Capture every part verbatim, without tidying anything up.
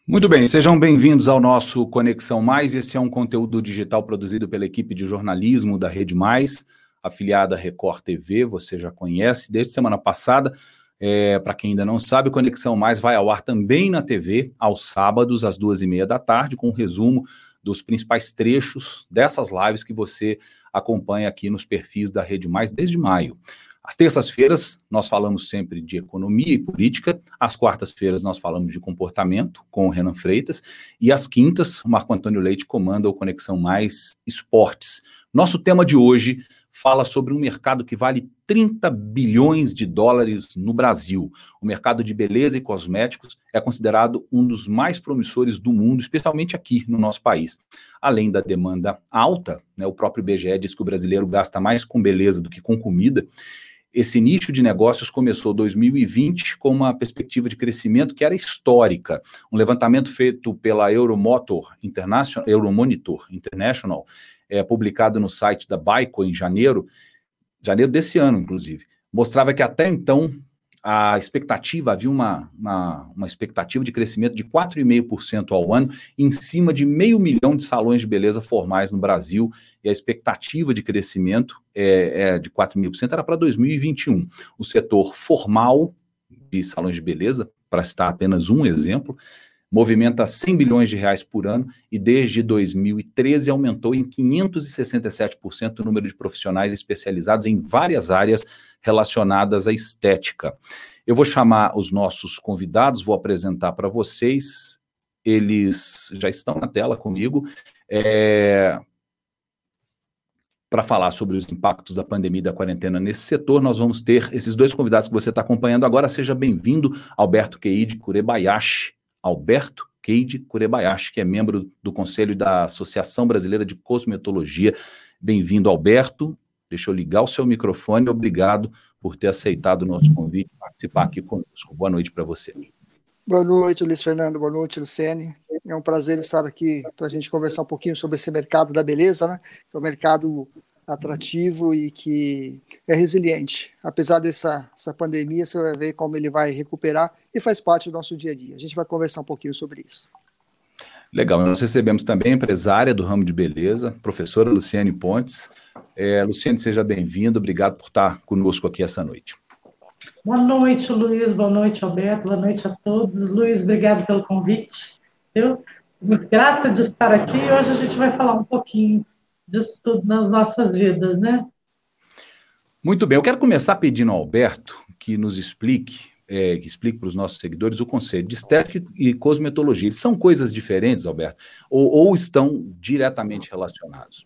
Muito bem, sejam bem-vindos ao nosso Conexão Mais. Esse é um conteúdo digital produzido pela equipe de jornalismo da Rede Mais, afiliada à Record T V, você já conhece, desde semana passada. É, para quem ainda não sabe, o Conexão Mais vai ao ar também na T V, aos sábados, às duas e meia da tarde, com um resumo dos principais trechos dessas lives que você acompanha aqui nos perfis da Rede Mais desde maio. Às terças-feiras, nós falamos sempre de economia e política, às quartas-feiras nós falamos de comportamento, com o Renan Freitas, e às quintas, o Marco Antônio Leite comanda o Conexão Mais Esportes. Nosso tema de hoje fala sobre um mercado que vale trinta bilhões de dólares no Brasil. O mercado de beleza e cosméticos é considerado um dos mais promissores do mundo, especialmente aqui no nosso país. Além da demanda alta, né, o próprio I B G E diz que o brasileiro gasta mais com beleza do que com comida. Esse nicho de negócios começou em dois mil e vinte com uma perspectiva de crescimento que era histórica. Um levantamento feito pela Euromonitor International, Euromonitor International, é, publicado no site da Baico em janeiro, janeiro desse ano, inclusive, mostrava que até então a expectativa, havia uma, uma, uma expectativa de crescimento de quatro vírgula cinco por cento ao ano, em cima de meio milhão de salões de beleza formais no Brasil, e a expectativa de crescimento é, é de quatro vírgula cinco por cento era para dois mil e vinte e um. O setor formal de salões de beleza, para citar apenas um exemplo, movimenta cem bilhões de reais por ano e desde dois mil e treze aumentou em quinhentos e sessenta e sete por cento o número de profissionais especializados em várias áreas relacionadas à estética. Eu vou chamar os nossos convidados, vou apresentar para vocês, eles já estão na tela comigo, é, para falar sobre os impactos da pandemia e da quarentena nesse setor. Nós vamos ter esses dois convidados que você está acompanhando agora. Seja bem-vindo, Alberto Keide Kurebayashi. Alberto Keide Kurebayashi, que é membro do Conselho da Associação Brasileira de Cosmetologia. Bem-vindo, Alberto. Deixa eu ligar o seu microfone. Obrigado por ter aceitado o nosso convite e participar aqui conosco. Boa noite para você. Boa noite, Luiz Fernando. Boa noite, Luciene. É um prazer estar aqui para a gente conversar um pouquinho sobre esse mercado da beleza, né? É um mercado atrativo e que é resiliente. Apesar dessa essa pandemia, você vai ver como ele vai recuperar e faz parte do nosso dia a dia. A gente vai conversar um pouquinho sobre isso. Legal, nós recebemos também a empresária do ramo de beleza, professora Luciene Pontes. É, Luciene, seja bem-vindo, obrigado por estar conosco aqui essa noite. Boa noite, Luiz, boa noite, Alberto, boa noite a todos. Luiz, obrigado pelo convite. Eu muito grata de estar aqui e hoje a gente vai falar um pouquinho disso tudo nas nossas vidas, né? Muito bem, eu quero começar pedindo ao Alberto que nos explique, é, que explique para os nossos seguidores o conceito de estética e cosmetologia. Eles são coisas diferentes, Alberto, ou, ou estão diretamente relacionados?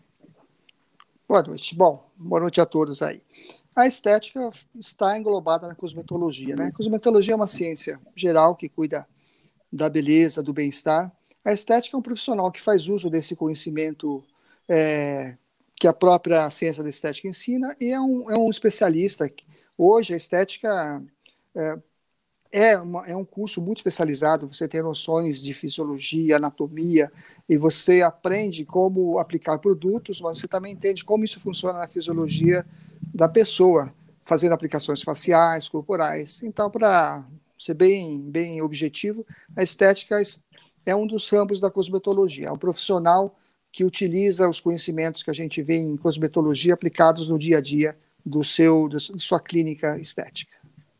Boa noite. Bom, boa noite a todos aí. A estética está englobada na cosmetologia, né? A cosmetologia é uma ciência geral que cuida da beleza, do bem-estar. A estética é um profissional que faz uso desse conhecimento É, que a própria ciência da estética ensina, e é um, é um especialista. Hoje a estética é, é, uma, é um curso muito especializado, você tem noções de fisiologia, anatomia, e você aprende como aplicar produtos, mas você também entende como isso funciona na fisiologia da pessoa, fazendo aplicações faciais, corporais. Então, para ser bem, bem objetivo, a estética é um dos ramos da cosmetologia, é um profissional que utiliza os conhecimentos que a gente vê em cosmetologia aplicados no dia a dia do seu, de sua clínica estética.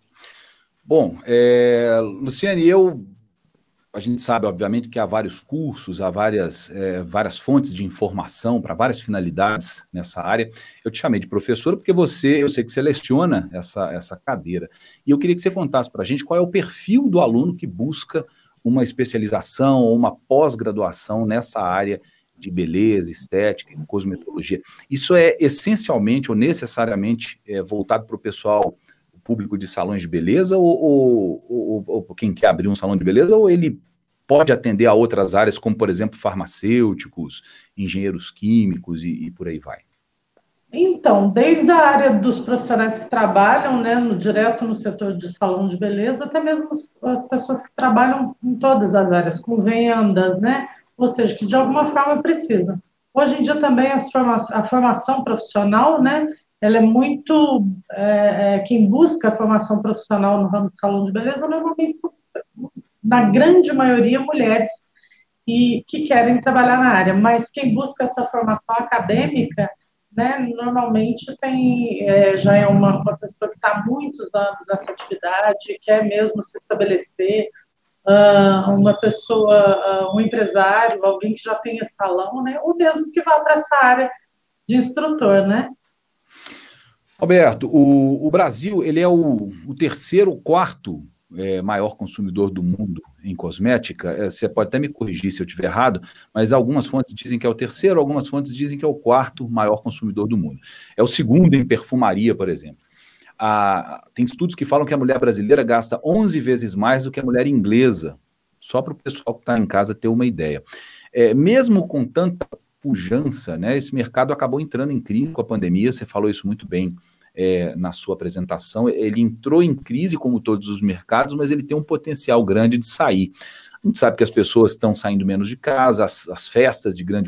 Bom, é, Luciane, eu, a gente sabe, obviamente, que há vários cursos, há várias, é, várias fontes de informação para várias finalidades nessa área. Eu te chamei de professora porque você, eu sei que seleciona essa, essa cadeira. E eu queria que você contasse para a gente qual é o perfil do aluno que busca uma especialização ou uma pós-graduação nessa área de beleza, estética e cosmetologia. Isso é essencialmente ou necessariamente é, voltado para o pessoal, o público de salões de beleza, ou, ou, ou, ou quem quer abrir um salão de beleza, ou ele pode atender a outras áreas, como, por exemplo, farmacêuticos, engenheiros químicos e, e por aí vai? Então, desde a área dos profissionais que trabalham, né, no, direto no setor de salão de beleza, até mesmo as pessoas que trabalham em todas as áreas, com vendas, né? Ou seja, que de alguma forma precisa. Hoje em dia também a formação, a formação profissional, né, ela é muito, é, é, quem busca a formação profissional no ramo de salão de beleza, normalmente são na grande maioria, mulheres e que querem trabalhar na área, mas quem busca essa formação acadêmica, né, normalmente tem, é, já é uma, uma pessoa que está há muitos anos nessa atividade, quer mesmo se estabelecer, uh, uma pessoa, uh, um empresário, alguém que já tenha salão, né, ou mesmo que vá para essa área de instrutor, né? Roberto, o, o Brasil ele é o, o terceiro ou quarto é, maior consumidor do mundo em cosmética. É, você pode até me corrigir se eu estiver errado, mas algumas fontes dizem que é o terceiro, algumas fontes dizem que é o quarto maior consumidor do mundo. É o segundo em perfumaria, por exemplo. Ah, tem estudos que falam que a mulher brasileira gasta onze vezes mais do que a mulher inglesa, só para o pessoal que está em casa ter uma ideia. É, mesmo com tanta pujança, né, esse mercado acabou entrando em crise com a pandemia, você falou isso muito bem é, na sua apresentação, ele entrou em crise como todos os mercados, mas ele tem um potencial grande de sair. A gente sabe que as pessoas estão saindo menos de casa, as, as festas de grande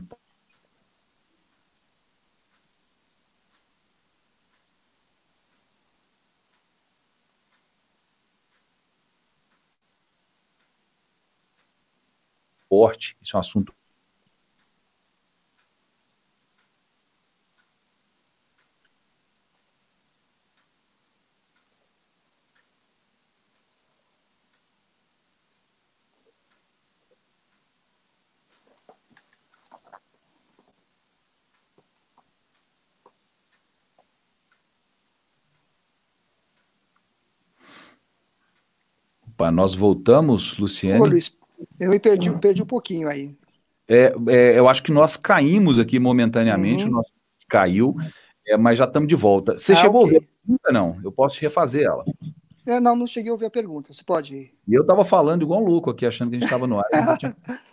porte, isso é um assunto Opa, nós voltamos, Luciane. Ô, Luiz, eu me perdi, perdi um pouquinho aí. É, é, eu acho que nós caímos aqui momentaneamente, Uhum. o nosso caiu, é, mas já estamos de volta. Você Ah, chegou ok. a ver a pergunta? Não, eu posso refazer ela. É, não, não cheguei a ouvir a pergunta, você pode ir. E eu estava falando igual um louco aqui, achando que a gente estava no ar. A gente já tinha...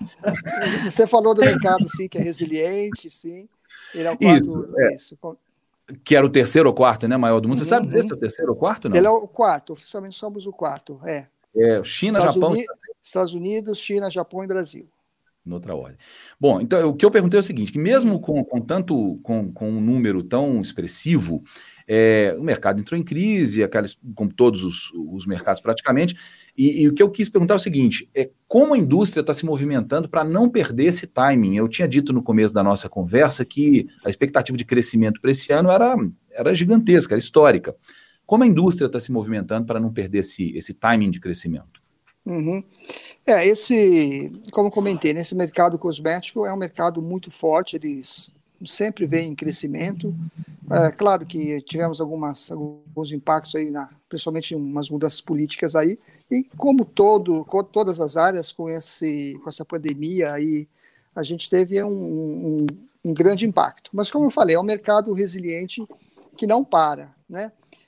Você falou do mercado, sim, que é resiliente, sim. Ele é o Isso, quarto, é, isso. que era o terceiro ou quarto, né, maior do mundo. Você sabe Uhum, dizer uhum. se é o terceiro ou quarto, não? Ele é o quarto, oficialmente somos o quarto, é. É, China, Estados Japão... Uni... Estados Unidos, China, Japão e Brasil. Noutra ordem. Bom, então o que eu perguntei é o seguinte, que mesmo com, com tanto, com, com um número tão expressivo, é, o mercado entrou em crise, aquelas, como todos os, os mercados praticamente, e, e o que eu quis perguntar é o seguinte, é como a indústria está se movimentando para não perder esse timing. Eu tinha dito no começo da nossa conversa que a expectativa de crescimento para esse ano era, era gigantesca, era histórica. Como a indústria está se movimentando para não perder esse, esse timing de crescimento? Uhum. É, esse, como comentei, nesse mercado cosmético é um mercado muito forte, eles sempre vêm em crescimento. É claro que tivemos algumas, alguns impactos aí, na, principalmente umas mudanças políticas aí, e como todo, com todas as áreas com, esse, com essa pandemia aí, a gente teve um, um, um grande impacto. Mas como eu falei, é um mercado resiliente que não para, né?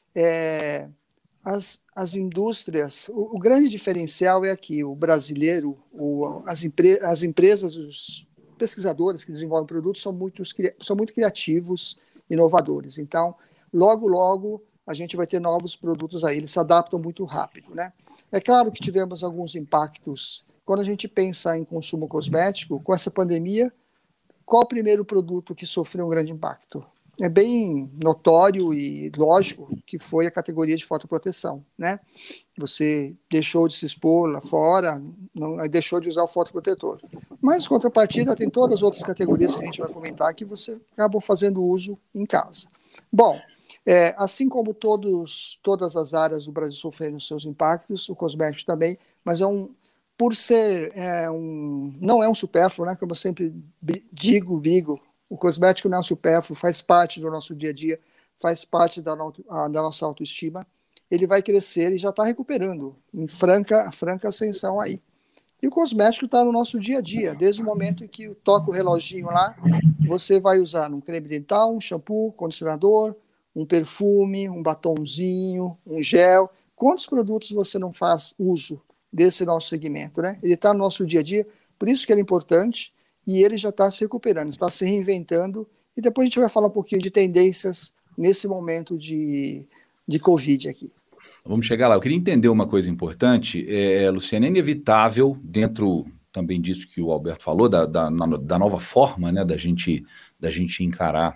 É, As, as indústrias, o, o grande diferencial é aqui, o brasileiro, o, as, empre, as empresas, os pesquisadores que desenvolvem produtos são muito, são muito criativos, inovadores. Então, logo, logo, a gente vai ter novos produtos aí, eles se adaptam muito rápido, né? É claro que tivemos alguns impactos. Quando a gente pensa em consumo cosmético, com essa pandemia, qual o primeiro produto que sofreu um grande impacto? É bem notório e lógico que foi a categoria de fotoproteção, né? Você deixou de se expor lá fora, não, deixou de usar o fotoprotetor. Mas, em contrapartida, tem todas as outras categorias que a gente vai comentar que você acabou fazendo uso em casa. Bom, é, assim como todos, todas as áreas do Brasil sofreram seus impactos, o cosmético também, mas é um, por ser é, um, não é um supérfluo, né? Como eu sempre digo, digo, o cosmético não é um supérfluo, faz parte do nosso dia a dia, faz parte da, no, da nossa autoestima. Ele vai crescer e já está recuperando, em franca, franca ascensão aí. E o cosmético está no nosso dia a dia, desde o momento em que toca o reloginho lá, você vai usar um creme dental, um shampoo, condicionador, um perfume, um batonzinho, um gel. Quantos produtos você não faz uso desse nosso segmento, né? Ele está no nosso dia a dia, por isso que ele é importante. E ele já está se recuperando, está se reinventando, e depois a gente vai falar um pouquinho de tendências nesse momento de, de Covid aqui. Vamos chegar lá. Eu queria entender uma coisa importante, é, Luciana, é inevitável, dentro também disso que o Alberto falou, da, da, da nova forma, né, da gente, da gente encarar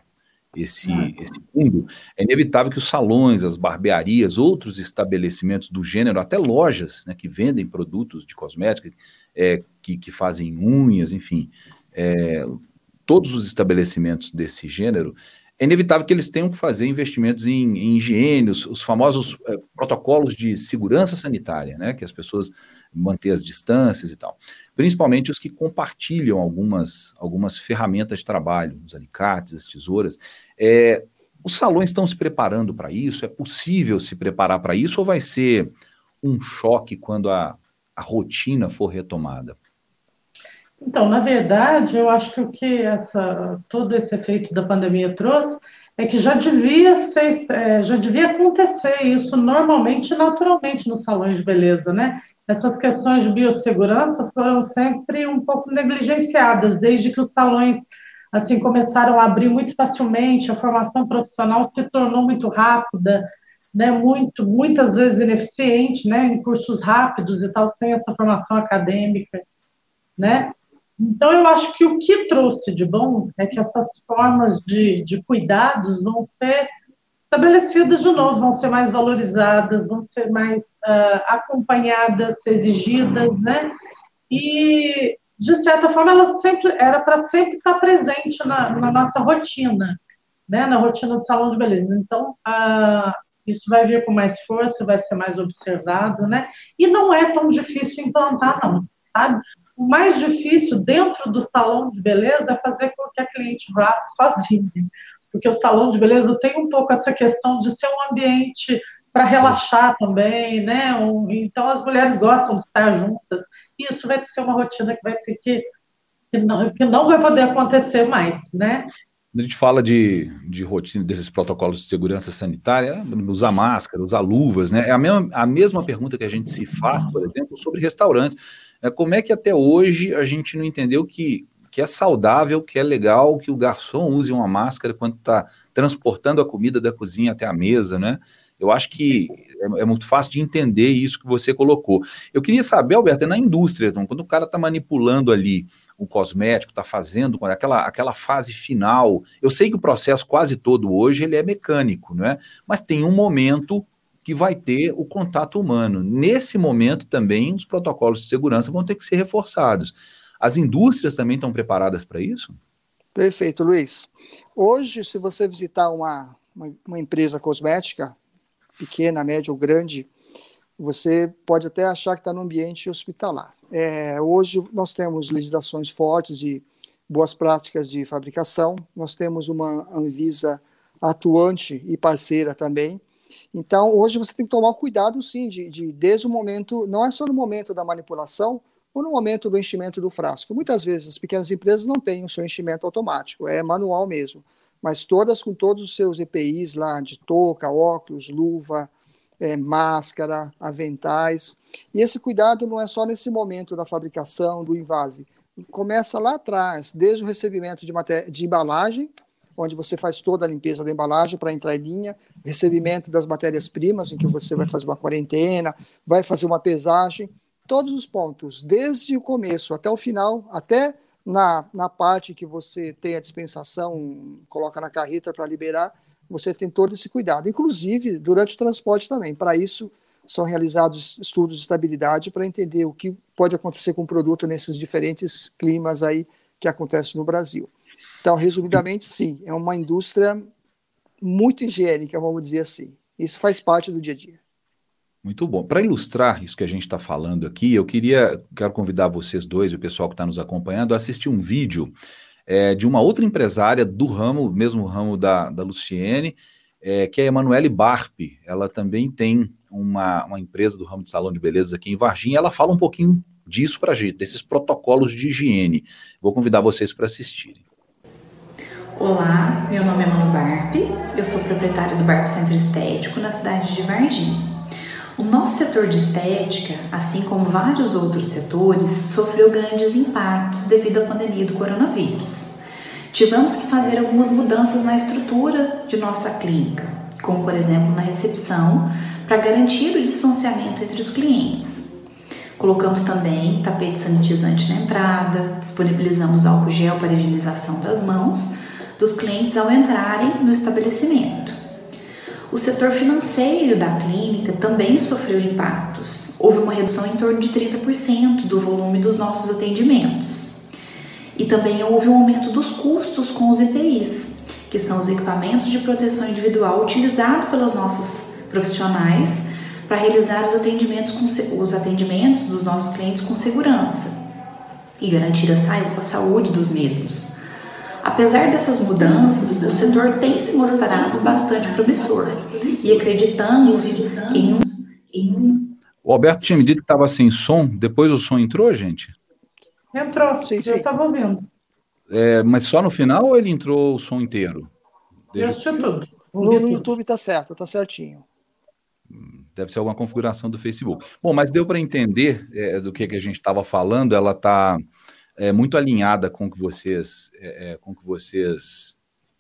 esse, esse mundo, é inevitável que os salões, as barbearias, outros estabelecimentos do gênero, até lojas, né, que vendem produtos de cosmética, é, que, que fazem unhas, enfim, é, todos os estabelecimentos desse gênero, é inevitável que eles tenham que fazer investimentos em, em higiene, os, os famosos é, protocolos de segurança sanitária, né, que as pessoas manter as distâncias e tal. Principalmente os que compartilham algumas, algumas ferramentas de trabalho, os alicates, as tesouras. É, os salões estão se preparando para isso? É possível se preparar para isso ou vai ser um choque quando a, a rotina for retomada? Então, na verdade, eu acho que o que essa, todo esse efeito da pandemia trouxe é que já devia ser, é, já devia acontecer isso normalmente, naturalmente nos salões de beleza, né? Essas questões de biossegurança foram sempre um pouco negligenciadas, desde que os salões assim começaram a abrir muito facilmente, a formação profissional se tornou muito rápida, né? Muito, muitas vezes ineficiente, né? Em cursos rápidos e tal, sem essa formação acadêmica, né? Então, eu acho que o que trouxe de bom é que essas formas de, de cuidados vão ser estabelecidas de novo, vão ser mais valorizadas, vão ser mais uh, acompanhadas, exigidas, né? E, de certa forma, ela sempre era para sempre estar presente na, na nossa rotina, né? Na rotina do salão de beleza. Então, uh, isso vai vir com mais força, vai ser mais observado, né? E não é tão difícil implantar, não, sabe? O mais difícil dentro do salão de beleza é fazer com que a cliente vá sozinha, porque o salão de beleza tem um pouco essa questão de ser um ambiente para relaxar também, né? Então as mulheres gostam de estar juntas, e isso vai ser uma rotina que vai ter que, que, não, que não vai poder acontecer mais, né? A gente fala de, de rotina, desses protocolos de segurança sanitária, usar máscara, usar luvas, né? É a mesma, a mesma pergunta que a gente se faz, por exemplo, sobre restaurantes. É, como é que até hoje a gente não entendeu que, que é saudável, que é legal que o garçom use uma máscara quando está transportando a comida da cozinha até a mesa, né? Eu acho que é, é muito fácil de entender isso que você colocou. Eu queria saber, Alberto, na indústria, então, quando o cara está manipulando ali o cosmético, está fazendo aquela, aquela fase final, eu sei que o processo quase todo hoje ele é mecânico, não é? Mas tem um momento que vai ter o contato humano. Nesse momento também os protocolos de segurança vão ter que ser reforçados. As indústrias também estão preparadas para isso? Perfeito, Luiz. Hoje, se você visitar uma, uma, uma empresa cosmética, pequena, média ou grande, você pode até achar que está no ambiente hospitalar. É, hoje nós temos legislações fortes de boas práticas de fabricação, nós temos uma Anvisa atuante e parceira também. Então, hoje você tem que tomar cuidado, sim, de, de desde o momento, não é só no momento da manipulação, ou no momento do enchimento do frasco. Muitas vezes as pequenas empresas não têm o seu enchimento automático, é manual mesmo, mas todas com todos os seus E P Is lá, de touca, óculos, luva, é, máscara, aventais. E esse cuidado não é só nesse momento da fabricação, do invase. Começa lá atrás, desde o recebimento de, maté- de embalagem, onde você faz toda a limpeza da embalagem para entrar em linha, recebimento das matérias-primas, em que você vai fazer uma quarentena, vai fazer uma pesagem, todos os pontos, desde o começo até o final, até na, na parte que você tem a dispensação, coloca na carreta para liberar, você tem todo esse cuidado, inclusive durante o transporte também. Para isso, são realizados estudos de estabilidade para entender o que pode acontecer com o produto nesses diferentes climas aí que acontecem no Brasil. Então, resumidamente, sim, é uma indústria muito higiênica, vamos dizer assim. Isso faz parte do dia a dia. Muito bom. Para ilustrar isso que a gente está falando aqui, eu queria, quero convidar vocês dois e o pessoal que está nos acompanhando a assistir um vídeo é, de uma outra empresária do ramo, mesmo ramo da, da Luciene, é, que é a Emanuele Barpe. Ela também tem uma, uma empresa do ramo de salão de beleza aqui em Varginha. Ela fala um pouquinho disso para a gente, desses protocolos de higiene. Vou convidar vocês para assistirem. Olá, meu nome é Manu Barpe, eu sou proprietária do Barpe Centro Estético na cidade de Varginha. O nosso setor de estética, assim como vários outros setores, sofreu grandes impactos devido à pandemia do coronavírus. Tivemos que fazer algumas mudanças na estrutura de nossa clínica, como por exemplo na recepção, para garantir o distanciamento entre os clientes. Colocamos também tapete sanitizante na entrada, disponibilizamos álcool gel para higienização das mãos, dos clientes ao entrarem no estabelecimento. O setor financeiro da clínica também sofreu impactos. Houve uma redução em torno de trinta por cento do volume dos nossos atendimentos. E também houve um aumento dos custos com os E P Is, que são os equipamentos de proteção individual utilizados pelas nossas profissionais para realizar os atendimentos, com, os atendimentos dos nossos clientes com segurança e garantir a saúde dos mesmos. Apesar dessas mudanças, o setor tem se mostrado bastante promissor e acreditamos em um... Em um... O Alberto tinha me dito que estava sem som, depois o som entrou, gente? Entrou, sim, eu sim. estava ouvindo. É, mas só no final ou ele entrou o som inteiro? Eu assisti tudo. No, no YouTube está certo, está certinho. Deve ser alguma configuração do Facebook. Bom, mas deu para entender é, do que, que a gente estava falando, ela está é, muito alinhada com o que vocês, é, com o que vocês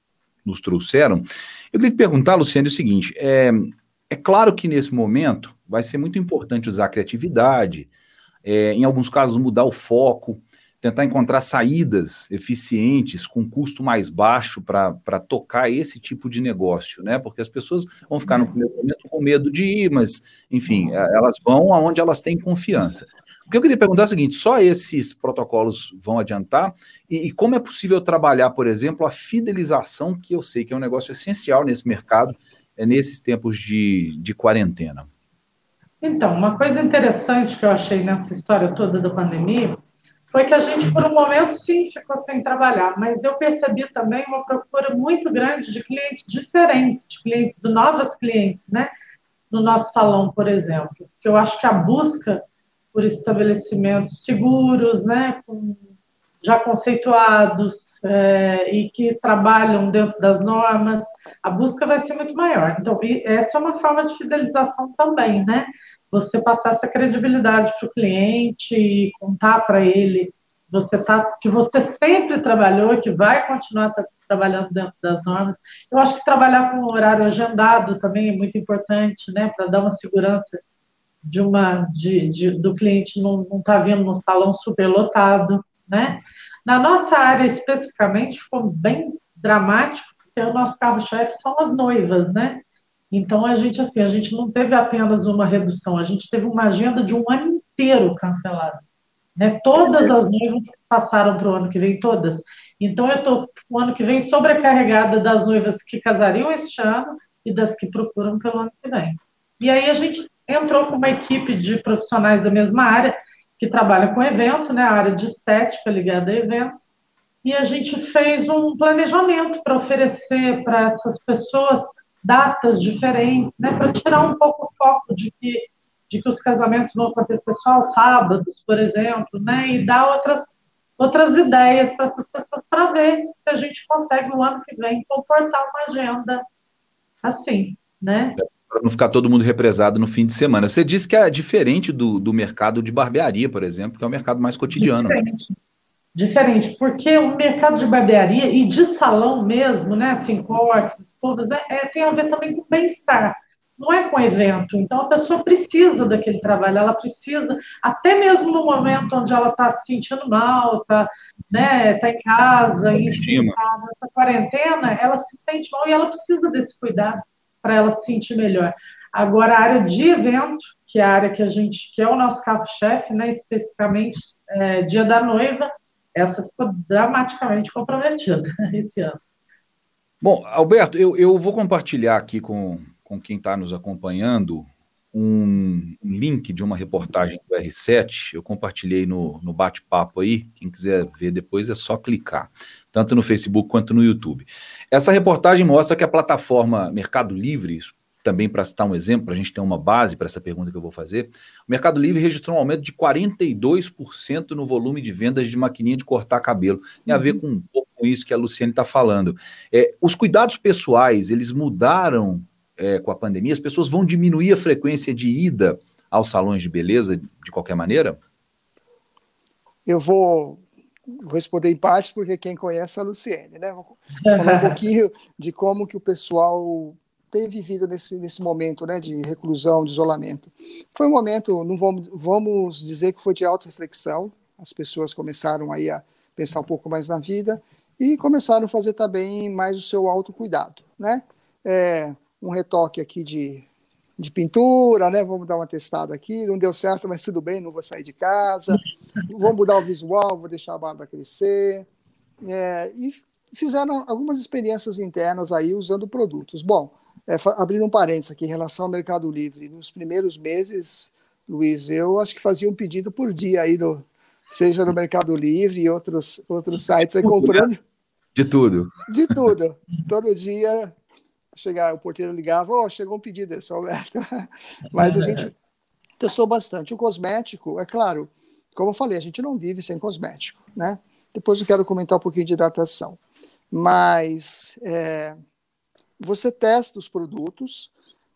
nos trouxeram. Eu queria te perguntar, Luciane, o seguinte, é, é claro que nesse momento vai ser muito importante usar a criatividade, é, em alguns casos mudar o foco, tentar encontrar saídas eficientes com custo mais baixo para tocar esse tipo de negócio, né? Porque as pessoas vão ficar no primeiro momento com medo de ir, mas, enfim, elas vão aonde elas têm confiança. O que eu queria perguntar é o seguinte, só esses protocolos vão adiantar? E, e como é possível trabalhar, por exemplo, a fidelização, que eu sei que é um negócio essencial nesse mercado, é, nesses tempos de, de quarentena? Então, uma coisa interessante que eu achei nessa história toda da pandemia foi que a gente, por um momento, sim, ficou sem trabalhar, mas eu percebi também uma procura muito grande de clientes diferentes, de, clientes, de novas clientes, né? No nosso salão, por exemplo. Porque eu acho que a busca por estabelecimentos seguros, né? Com, já conceituados é, e que trabalham dentro das normas, a busca vai ser muito maior. Então, essa é uma forma de fidelização também, né? Você passar essa credibilidade para o cliente e contar para ele você tá, que você sempre trabalhou, que vai continuar tra trabalhando dentro das normas. Eu acho que trabalhar com horário agendado também é muito importante, né, para dar uma segurança de uma, de, de, do cliente não estar tá vindo num salão superlotado, né. Na nossa área, especificamente, ficou bem dramático, porque o nosso carro-chefe são as noivas, né. Então, a gente, assim, a gente não teve apenas uma redução, a gente teve uma agenda de um ano inteiro cancelada. Né? Todas as noivas passaram para o ano que vem, todas. Então, eu estou, o ano que vem, sobrecarregada das noivas que casariam este ano e das que procuram pelo ano que vem. E aí, a gente entrou com uma equipe de profissionais da mesma área, que trabalha com evento, né? A área de estética ligada a evento, e a gente fez um planejamento para oferecer para essas pessoas datas diferentes, né, para tirar um pouco o foco de que, de que os casamentos vão acontecer só aos sábados, por exemplo, né, e dar outras, outras ideias para essas pessoas, para ver se a gente consegue, no ano que vem, comportar uma agenda assim, né. Para não ficar todo mundo represado no fim de semana. Você disse que é diferente do, do mercado de barbearia, por exemplo, que é o mercado mais cotidiano. Diferente. Diferente, porque o mercado de barbearia e de salão mesmo, né, assim, cortes, todas, é, é, tem a ver também com bem-estar, não é com evento. Então, a pessoa precisa daquele trabalho, ela precisa, até mesmo no momento onde ela está se sentindo mal, está, né, tá em casa, enfim, tá nessa quarentena, ela se sente mal e ela precisa desse cuidado para ela se sentir melhor. Agora, a área de evento, que é a área que a gente, que é o nosso carro-chefe, né, especificamente é, Dia da Noiva, essa ficou dramaticamente comprometida esse ano. Bom, Alberto, eu, eu vou compartilhar aqui com, com quem está nos acompanhando um, um link de uma reportagem do R sete, eu compartilhei no, no bate-papo aí, quem quiser ver depois é só clicar, tanto no Facebook quanto no YouTube. Essa reportagem mostra que a plataforma Mercado Livre, também para citar um exemplo, para a gente ter uma base para essa pergunta que eu vou fazer, o Mercado Livre registrou um aumento de quarenta e dois por cento no volume de vendas de maquininha de cortar cabelo. Tem a ver com um pouco com isso que a Luciane está falando. É, os cuidados pessoais, eles mudaram é, com a pandemia? As pessoas vão diminuir a frequência de ida aos salões de beleza de qualquer maneira? Eu vou, vou responder em parte, porque quem conhece é a Luciane, né? Vou falar um pouquinho de como que o pessoal tem vivido nesse, nesse momento, né, de reclusão, de isolamento. Foi um momento, não vamos, vamos dizer que foi de autorreflexão, as pessoas começaram aí a pensar um pouco mais na vida, e começaram a fazer também mais o seu autocuidado, né? É, um retoque aqui de, de pintura, né? Vamos dar uma testada aqui, não deu certo, mas tudo bem, não vou sair de casa. Vamos mudar o visual, vou deixar a barba crescer. É, e fizeram algumas experiências internas aí usando produtos. Bom, é, abrindo um parênteses aqui em relação ao Mercado Livre, nos primeiros meses, Luiz, eu acho que fazia um pedido por dia aí, no, seja no Mercado Livre e outros, outros sites aí comprando. De tudo. De tudo. Todo dia, chegar, o porteiro ligava, oh, chegou um pedido desse, Alberto. Mas a gente testou bastante. O cosmético, é claro, como eu falei, a gente não vive sem cosmético, né? Depois eu quero comentar um pouquinho de hidratação. Mas é, você testa os produtos,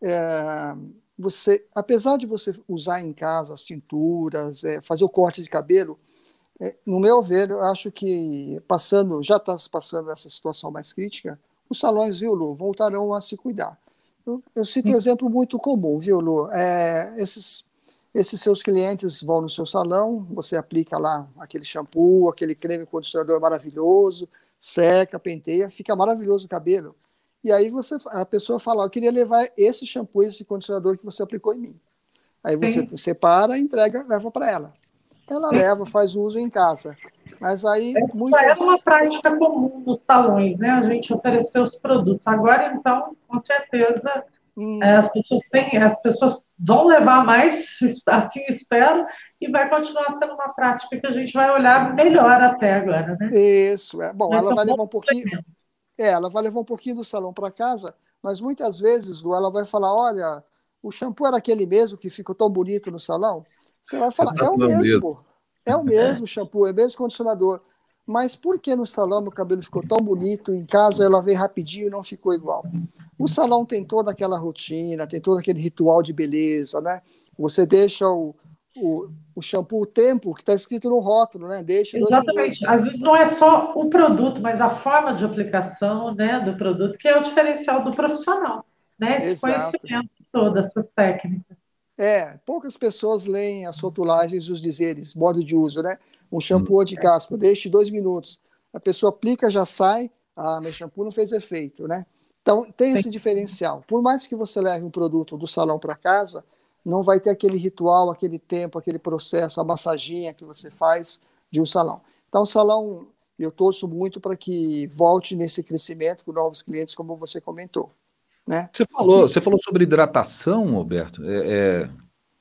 é, você, apesar de você usar em casa as tinturas, é, fazer o corte de cabelo, é, no meu ver, eu acho que passando, já está passando essa situação mais crítica, os salões, viu, Lu, voltarão a se cuidar. Eu, eu cito um exemplo muito comum, viu, Lu? É, esses Esses seus clientes vão no seu salão, você aplica lá aquele shampoo, aquele creme condicionador maravilhoso, seca, penteia, fica maravilhoso o cabelo. E aí você, a pessoa fala, eu queria levar esse shampoo, esse condicionador que você aplicou em mim. Aí você Sim. separa, entrega, leva para ela. Ela Sim. leva, faz uso em casa. Mas aí Essa muitas... é uma prática comum nos salões, né? A gente oferecer os produtos. Agora, então, com certeza, hum. as pessoas têm, as pessoas vão levar mais, assim espero, e vai continuar sendo uma prática que a gente vai olhar melhor até agora, né? Isso, é. Bom, ela vai levar um pouquinho, é, ela vai levar um pouquinho do salão para casa, mas muitas vezes, Lu, ela vai falar, olha, o shampoo era aquele mesmo que ficou tão bonito no salão? Você vai falar, é o mesmo, é o mesmo shampoo, é o mesmo condicionador, mas por que no salão meu cabelo ficou tão bonito, em casa eu lavei rapidinho e não ficou igual? O salão tem toda aquela rotina, tem todo aquele ritual de beleza, né? Você deixa o, o, o shampoo, o tempo que está escrito no rótulo, né? Deixa Exatamente. Às vezes não é só o produto, mas a forma de aplicação, né, do produto, que é o diferencial do profissional, né? Esse Exato. conhecimento de todas essas técnicas. É, poucas pessoas leem as rotulagens e os dizeres, modo de uso, né? Um shampoo de caspa, deixe dois minutos. A pessoa aplica, já sai, ah, meu shampoo não fez efeito, né? Então, tem esse diferencial. Por mais que você leve um produto do salão para casa, não vai ter aquele ritual, aquele tempo, aquele processo, a massaginha que você faz de um salão. Então, o salão, eu torço muito para que volte nesse crescimento com novos clientes, como você comentou. Né? Você falou, você falou sobre hidratação, Roberto. É, é,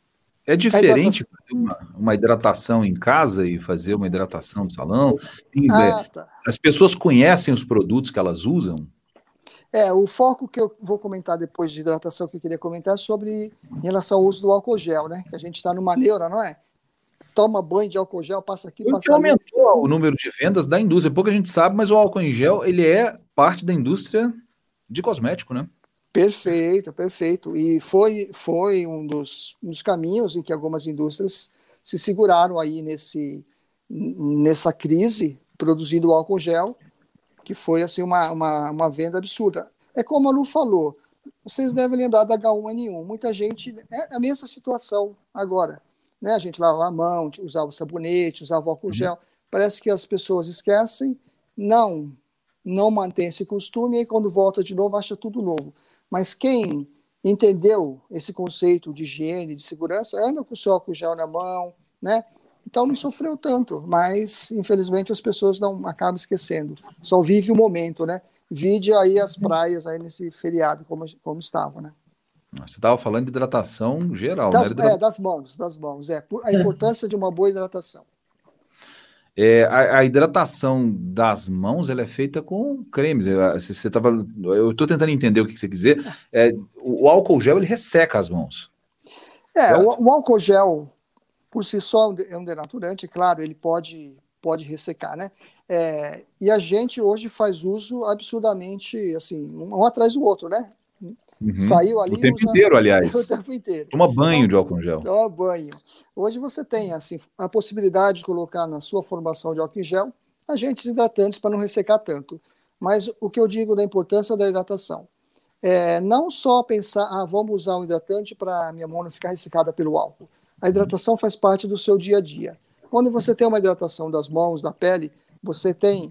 é diferente fazer uma, uma hidratação em casa e fazer uma hidratação no salão? E, ah, é, tá. As pessoas conhecem os produtos que elas usam? É, o foco que eu vou comentar depois de hidratação que eu queria comentar é sobre em relação ao uso do álcool gel, né? Que a gente está numa neura, não é? Toma banho de álcool gel, passa aqui, passa ali. Aumentou o número de vendas da indústria. Pouca gente sabe, mas o álcool em gel, ele é parte da indústria de cosmético, né? Perfeito, perfeito. E foi, foi um, dos, um dos caminhos em que algumas indústrias se seguraram aí nesse, nessa crise, produzindo álcool gel, que foi assim, uma, uma, uma venda absurda. É como a Lu falou, vocês devem lembrar da agá um ene um. Muita gente, é a mesma situação agora. Né? A gente lavava a mão, usava sabonete, usava álcool gel. Parece que as pessoas esquecem, não, não mantém esse costume, e aí quando volta de novo, acha tudo novo. Mas quem entendeu esse conceito de higiene, de segurança, anda com o seu álcool gel na mão, né? Então não sofreu tanto, mas infelizmente as pessoas não acabam esquecendo. Só vive o momento, né? Vide aí as praias aí nesse feriado, como, como estavam, né? Você estava falando de hidratação geral, das, né? Hidratação... É, das mãos, das mãos. É, a importância de uma boa hidratação. É, a, a hidratação das mãos, ela é feita com cremes. Você, você tava, eu estou tentando entender o que você quer dizer. É, o, o álcool gel, ele resseca as mãos. É, é? O, o álcool gel, por si só, é um denaturante, claro, ele pode, pode ressecar, né? É, e a gente hoje faz uso absurdamente, assim, um, um atrás do outro, né? Uhum. Saiu ali... O tempo usa... inteiro, aliás. O tempo inteiro. Toma banho então, de álcool gel. Toma banho. Hoje você tem assim, a possibilidade de colocar na sua formação de álcool gel agentes hidratantes para não ressecar tanto. Mas o que eu digo da importância da hidratação é não só pensar, ah, vamos usar um hidratante para minha mão não ficar ressecada pelo álcool. A hidratação faz parte do seu dia a dia. Quando você tem uma hidratação das mãos, da pele, você tem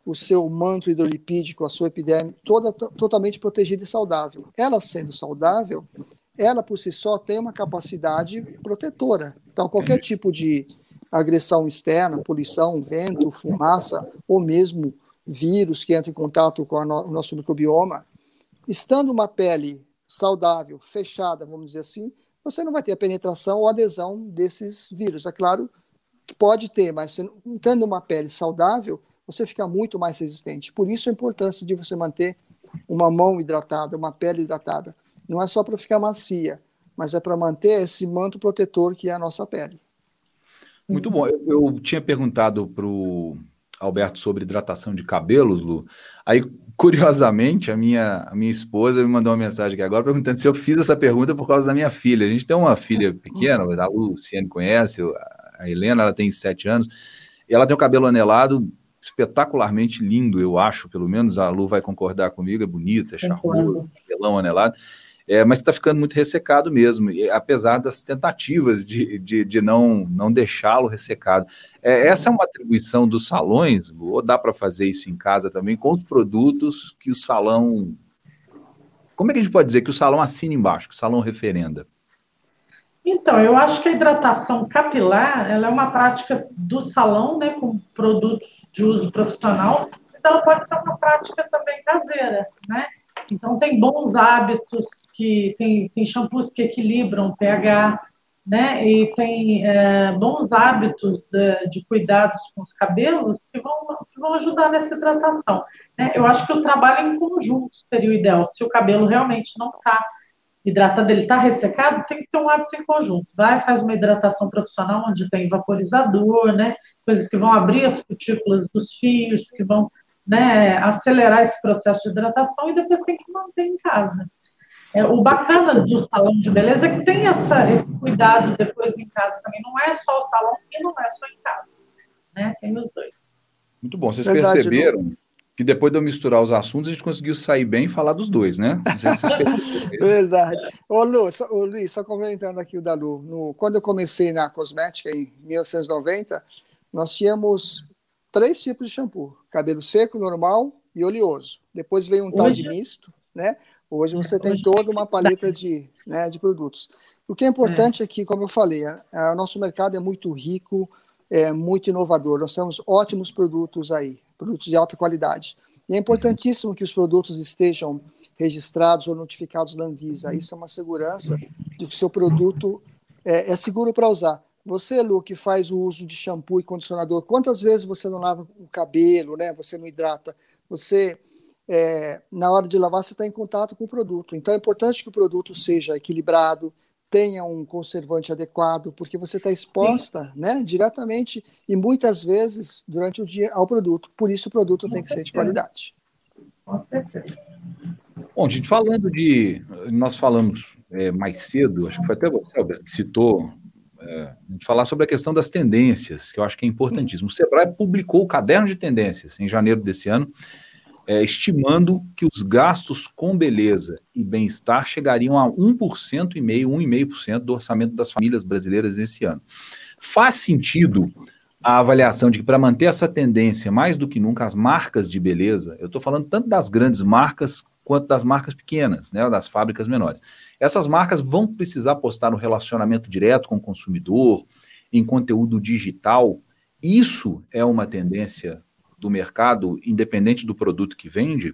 o seu manto hidrolipídico, a sua epiderme, toda totalmente protegida e saudável. Ela sendo saudável, ela por si só tem uma capacidade protetora. Então, qualquer tipo de agressão externa, poluição, vento, fumaça, ou mesmo vírus que entra em contato com no, o nosso microbioma, estando uma pele saudável, fechada, vamos dizer assim, você não vai ter a penetração ou adesão desses vírus. É claro que pode ter, mas estando uma pele saudável, você fica muito mais resistente. Por isso a importância de você manter uma mão hidratada, uma pele hidratada. Não é só para ficar macia, mas é para manter esse manto protetor que é a nossa pele. Muito bom. Eu, eu tinha perguntado para o Alberto sobre hidratação de cabelos, Lu. Aí, curiosamente, a minha, a minha esposa me mandou uma mensagem aqui agora perguntando se eu fiz essa pergunta por causa da minha filha. A gente tem uma filha pequena, a Luciane conhece, a Helena, ela tem sete anos, e ela tem o cabelo anelado espetacularmente lindo, eu acho, pelo menos a Lu vai concordar comigo, é bonita, é charmoso, cabelão anelado, é, mas está ficando muito ressecado mesmo, e, apesar das tentativas de, de, de não, não deixá-lo ressecado. É, essa é uma atribuição dos salões, Lu, ou dá para fazer isso em casa também, com os produtos que o salão... Como é que a gente pode dizer que o salão assina embaixo, que o salão referenda? Então, eu acho que a hidratação capilar, ela é uma prática do salão, né, com produtos de uso profissional, mas ela pode ser uma prática também caseira, né? Então, tem bons hábitos, que tem, tem shampoos que equilibram o pH, né? E tem é, bons hábitos de, de cuidados com os cabelos que vão, que vão ajudar nessa hidratação, né? Eu acho que o trabalho em conjunto seria o ideal, se o cabelo realmente não está hidratado, ele está ressecado, tem que ter um hábito em conjunto. Vai, faz uma hidratação profissional onde tem vaporizador, né? Coisas que vão abrir as cutículas dos fios, que vão, né, acelerar esse processo de hidratação, e depois tem que manter em casa. É, o bacana do salão de beleza é que tem essa, esse cuidado depois em casa também. Não é só o salão e não é só em casa, né? Tem os dois. Muito bom. Vocês Verdade, perceberam Lu. que depois de eu misturar os assuntos, a gente conseguiu sair bem e falar dos dois, né? Não sei se vocês perceberam. Verdade. Ô, Lu, só, ô, Luiz, só comentando aqui o da Lu. No, quando eu comecei na cosmética, em mil novecentos e noventa, nós tínhamos três tipos de shampoo: cabelo seco, normal e oleoso. Depois veio um tal de misto, né? Hoje você tem toda uma paleta de, né, de produtos. O que é importante é que, como eu falei, o nosso mercado é muito rico, é muito inovador. Nós temos ótimos produtos aí, produtos de alta qualidade. E é importantíssimo que os produtos estejam registrados ou notificados na Anvisa. Isso é uma segurança de que o seu produto é, é seguro para usar. Você, Lu, que faz o uso de shampoo e condicionador, quantas vezes você não lava o cabelo, né? Você não hidrata? Você... É, na hora de lavar, você está em contato com o produto. Então, é importante que o produto seja equilibrado, tenha um conservante adequado, porque você está exposta, né, diretamente e muitas vezes durante o dia ao produto. Por isso, o produto com tem que certeza. Ser de qualidade. Com certeza. Bom, gente, falando de... Nós falamos é, mais cedo, acho que foi até você, Alberto, que citou, é, a gente falar sobre a questão das tendências, que eu acho que é importantíssimo. O Sebrae publicou o Caderno de Tendências em janeiro desse ano, É, estimando que os gastos com beleza e bem-estar chegariam a um por cento e meio, um vírgula cinco por cento do orçamento das famílias brasileiras esse ano. Faz sentido a avaliação de que, para manter essa tendência, mais do que nunca, as marcas de beleza, eu estou falando tanto das grandes marcas quanto das marcas pequenas, né, das fábricas menores. Essas marcas vão precisar apostar no relacionamento direto com o consumidor, em conteúdo digital. Isso é uma tendência do mercado, independente do produto que vende?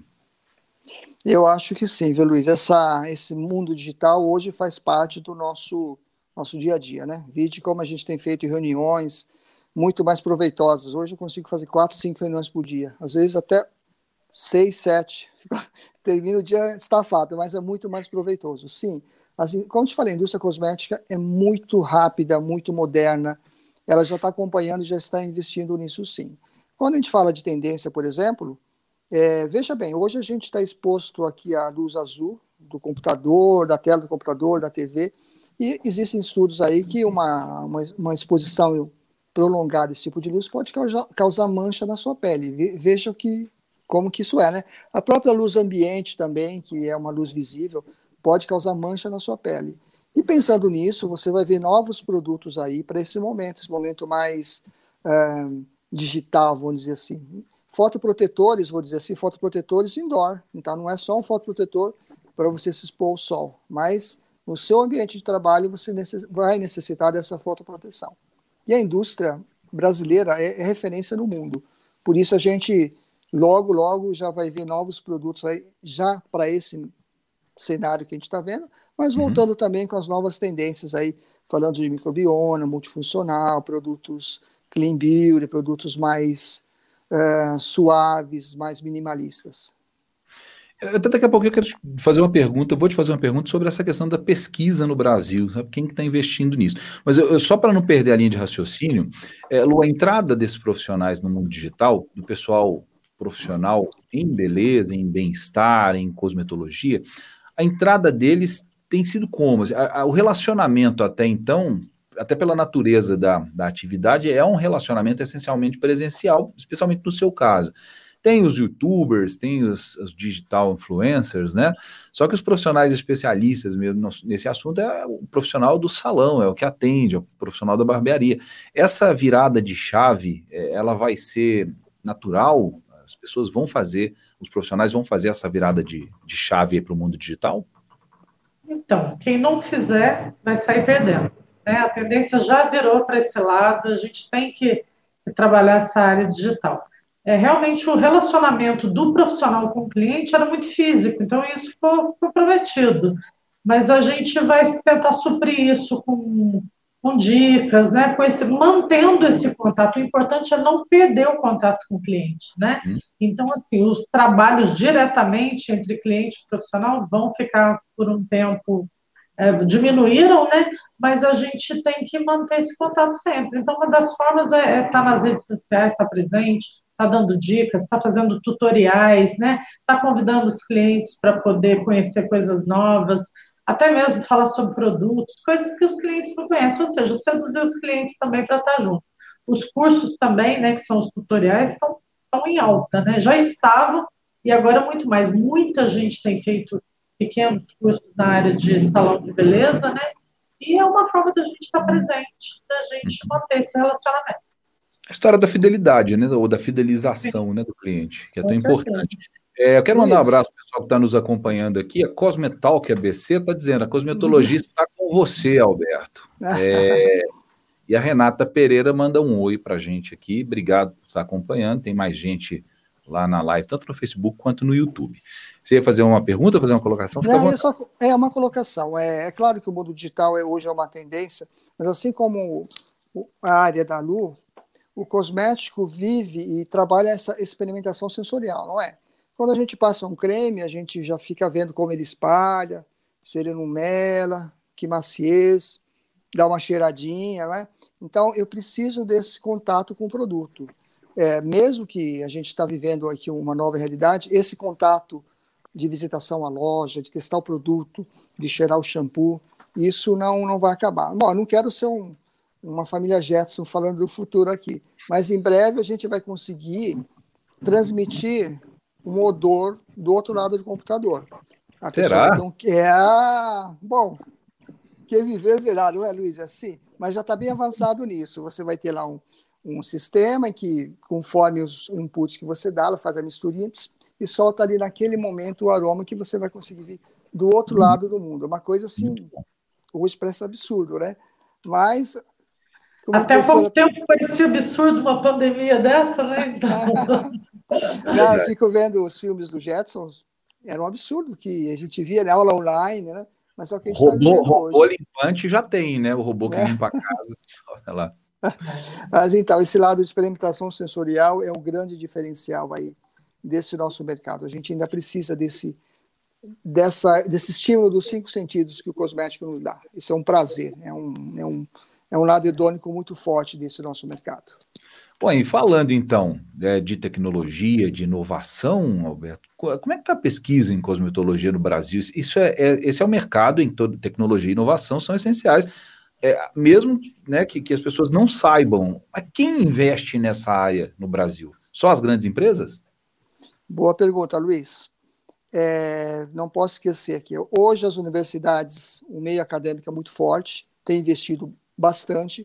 Eu acho que sim, viu, Luiz? Essa, esse mundo digital hoje faz parte do nosso, nosso dia a dia, né? Vide como a gente tem feito reuniões muito mais proveitosas. Hoje eu consigo fazer quatro, cinco reuniões por dia, às vezes até seis, sete. Termino o dia estafado, mas é muito mais proveitoso. Sim, assim, como eu te falei, a indústria cosmética é muito rápida, muito moderna, ela já está acompanhando e já está investindo nisso, sim. Quando a gente fala de tendência, por exemplo, é, veja bem, hoje a gente está exposto aqui à luz azul do computador, da tela do computador, da T V, e existem estudos aí que uma, uma, uma exposição prolongada desse tipo de luz pode causar, causar mancha na sua pele. Veja que, como que isso é, né? A própria luz ambiente também, que é uma luz visível, pode causar mancha na sua pele. E pensando nisso, você vai ver novos produtos aí para esse momento, esse momento mais... Uh, digital, vamos dizer assim. fotoprotetores, vou dizer assim, fotoprotetores indoor. Então, não é só um fotoprotetor para você se expor ao sol, mas no seu ambiente de trabalho você necess- vai necessitar dessa fotoproteção. E a indústria brasileira é, é referência no mundo. Por isso a gente logo, logo já vai ver novos produtos aí, já para esse cenário que a gente está vendo, mas voltando uhum. também com as novas tendências aí, falando de microbioma, multifuncional, produtos clean beauty, produtos mais uh, suaves, mais minimalistas. Até daqui a pouco eu quero te fazer uma pergunta, eu vou te fazer uma pergunta sobre essa questão da pesquisa no Brasil, sabe? Quem está investindo nisso? Mas eu, eu, só para não perder a linha de raciocínio, é, Lu, a entrada desses profissionais no mundo digital, do pessoal profissional em beleza, em bem-estar, em cosmetologia, a entrada deles tem sido como? A, a, o relacionamento até então, até pela natureza da, da atividade, é um relacionamento essencialmente presencial, especialmente no seu caso. Tem os youtubers, tem os, os digital influencers, né? Só que os profissionais especialistas mesmo nesse assunto é o profissional do salão, é o que atende, é o profissional da barbearia. Essa virada de chave, ela vai ser natural? As pessoas vão fazer, os profissionais vão fazer essa virada de, de chave para o mundo digital? Então, quem não fizer vai sair perdendo, né? A tendência já virou para esse lado, a gente tem que trabalhar essa área digital. É, realmente o relacionamento do profissional com o cliente era muito físico, então isso foi comprometido. Mas a gente vai tentar suprir isso com, com dicas, né? Com esse, mantendo esse contato. O importante é não perder o contato com o cliente, né? Então, assim, os trabalhos diretamente entre cliente e profissional vão ficar por um tempo, é, diminuíram, né? Mas a gente tem que manter esse contato sempre. Então, uma das formas é estar nas redes sociais, estar presente, está dando dicas, está fazendo tutoriais, né? Está convidando os clientes para poder conhecer coisas novas, até mesmo falar sobre produtos, coisas que os clientes não conhecem, ou seja, seduzir os clientes também para estar junto. Os cursos também, né, que são os tutoriais, estão, estão em alta, né? Já estavam e agora muito mais. Muita gente tem feito pequenos cursos na área de salão de beleza, né? E é uma forma da gente estar presente, da gente manter esse relacionamento. A história da fidelidade, né, ou da fidelização, né, do cliente, que é tão importante. É, eu quero mandar um abraço para o pessoal que está nos acompanhando aqui. A Cosmetalk A B C está dizendo, a cosmetologista está com você, Alberto. É, e a Renata Pereira manda um oi para a gente aqui. Obrigado por estar acompanhando. Tem mais gente lá na live, tanto no Facebook quanto no YouTube. Você ia fazer uma pergunta, fazer uma colocação? Não, é, só, é uma colocação. É, é claro que o mundo digital é, hoje é uma tendência, mas assim como a área da Lu, o cosmético vive e trabalha essa experimentação sensorial, não é? Quando a gente passa um creme, a gente já fica vendo como ele espalha, se ele não mela, que maciez, dá uma cheiradinha, não é? Então, eu preciso desse contato com o produto. É, mesmo que a gente está vivendo aqui uma nova realidade, esse contato de visitação à loja, de testar o produto, de cheirar o shampoo, isso não, não vai acabar. Bom, eu não quero ser um uma família Jetson falando do futuro aqui. Mas em breve a gente vai conseguir transmitir um odor do outro lado do computador. A Será? Pessoa tem um... É, bom, quem viver verá, não é, Luiz? É assim, mas já está bem avançado nisso. Você vai ter lá um, um sistema em que, conforme os inputs que você dá, ela faz a misturinha e solta ali naquele momento o aroma que você vai conseguir ver do outro lado do mundo. Uma coisa assim, hoje parece absurdo, né? Mas... Até pouco tempo parecia absurdo uma pandemia dessa, né? Então... Não, eu fico vendo os filmes do Jetsons, era um absurdo que a gente via, né, aula online, né? Mas só que a gente robô, tá vivendo robô hoje. limpante já tem, né? O robô que é. limpa a casa, olha lá. Mas então, esse lado de experimentação sensorial é um grande diferencial aí desse nosso mercado. A gente ainda precisa desse, dessa, desse estímulo dos cinco sentidos que o cosmético nos dá. Isso é um prazer, é um... É um É um lado hedônico muito forte desse nosso mercado. Bom, e falando então é, de tecnologia, de inovação, Alberto, como é que está a pesquisa em cosmetologia no Brasil? Isso é, é, esse é o mercado em todo tecnologia e inovação, são essenciais, é, mesmo né, que, que as pessoas não saibam. A quem investe nessa área no Brasil? Só as grandes empresas? Boa pergunta, Luiz. É, não posso esquecer aqui, hoje as universidades, o meio acadêmico é muito forte, tem investido bastante,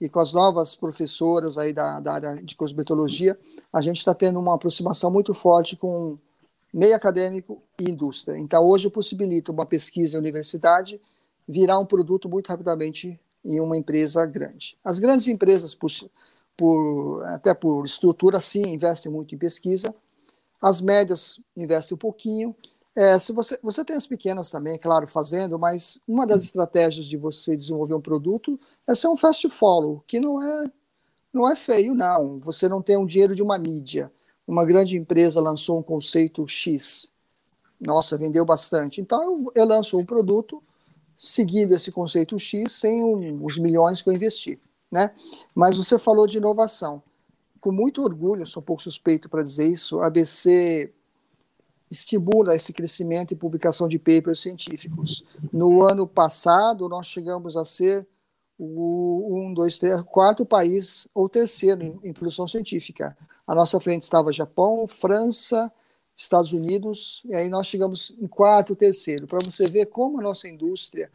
e com as novas professoras aí da, da área de cosmetologia, a gente está tendo uma aproximação muito forte com meio acadêmico e indústria. Então, hoje eu possibilito uma pesquisa em universidade virar um produto muito rapidamente em uma empresa grande. As grandes empresas, por, por, até por estrutura, sim, investem muito em pesquisa. As médias investem um pouquinho. É, se você, você tem as pequenas também, claro, fazendo, mas uma das estratégias de você desenvolver um produto é ser um fast follow, que não é, não é feio, não. Você não tem um dinheiro de uma mídia. Uma grande empresa lançou um conceito X. Nossa, vendeu bastante. Então, eu, eu lanço um produto seguindo esse conceito X sem um, os milhões que eu investi, né? Mas você falou de inovação. Com muito orgulho, sou um pouco suspeito para dizer isso, a A B C estimula esse crescimento e publicação de papers científicos. No ano passado, nós chegamos a ser o um, dois, três, quarto país ou terceiro em, em produção científica. À nossa frente estava Japão, França, Estados Unidos, e aí nós chegamos em quarto, terceiro, para você ver como a nossa indústria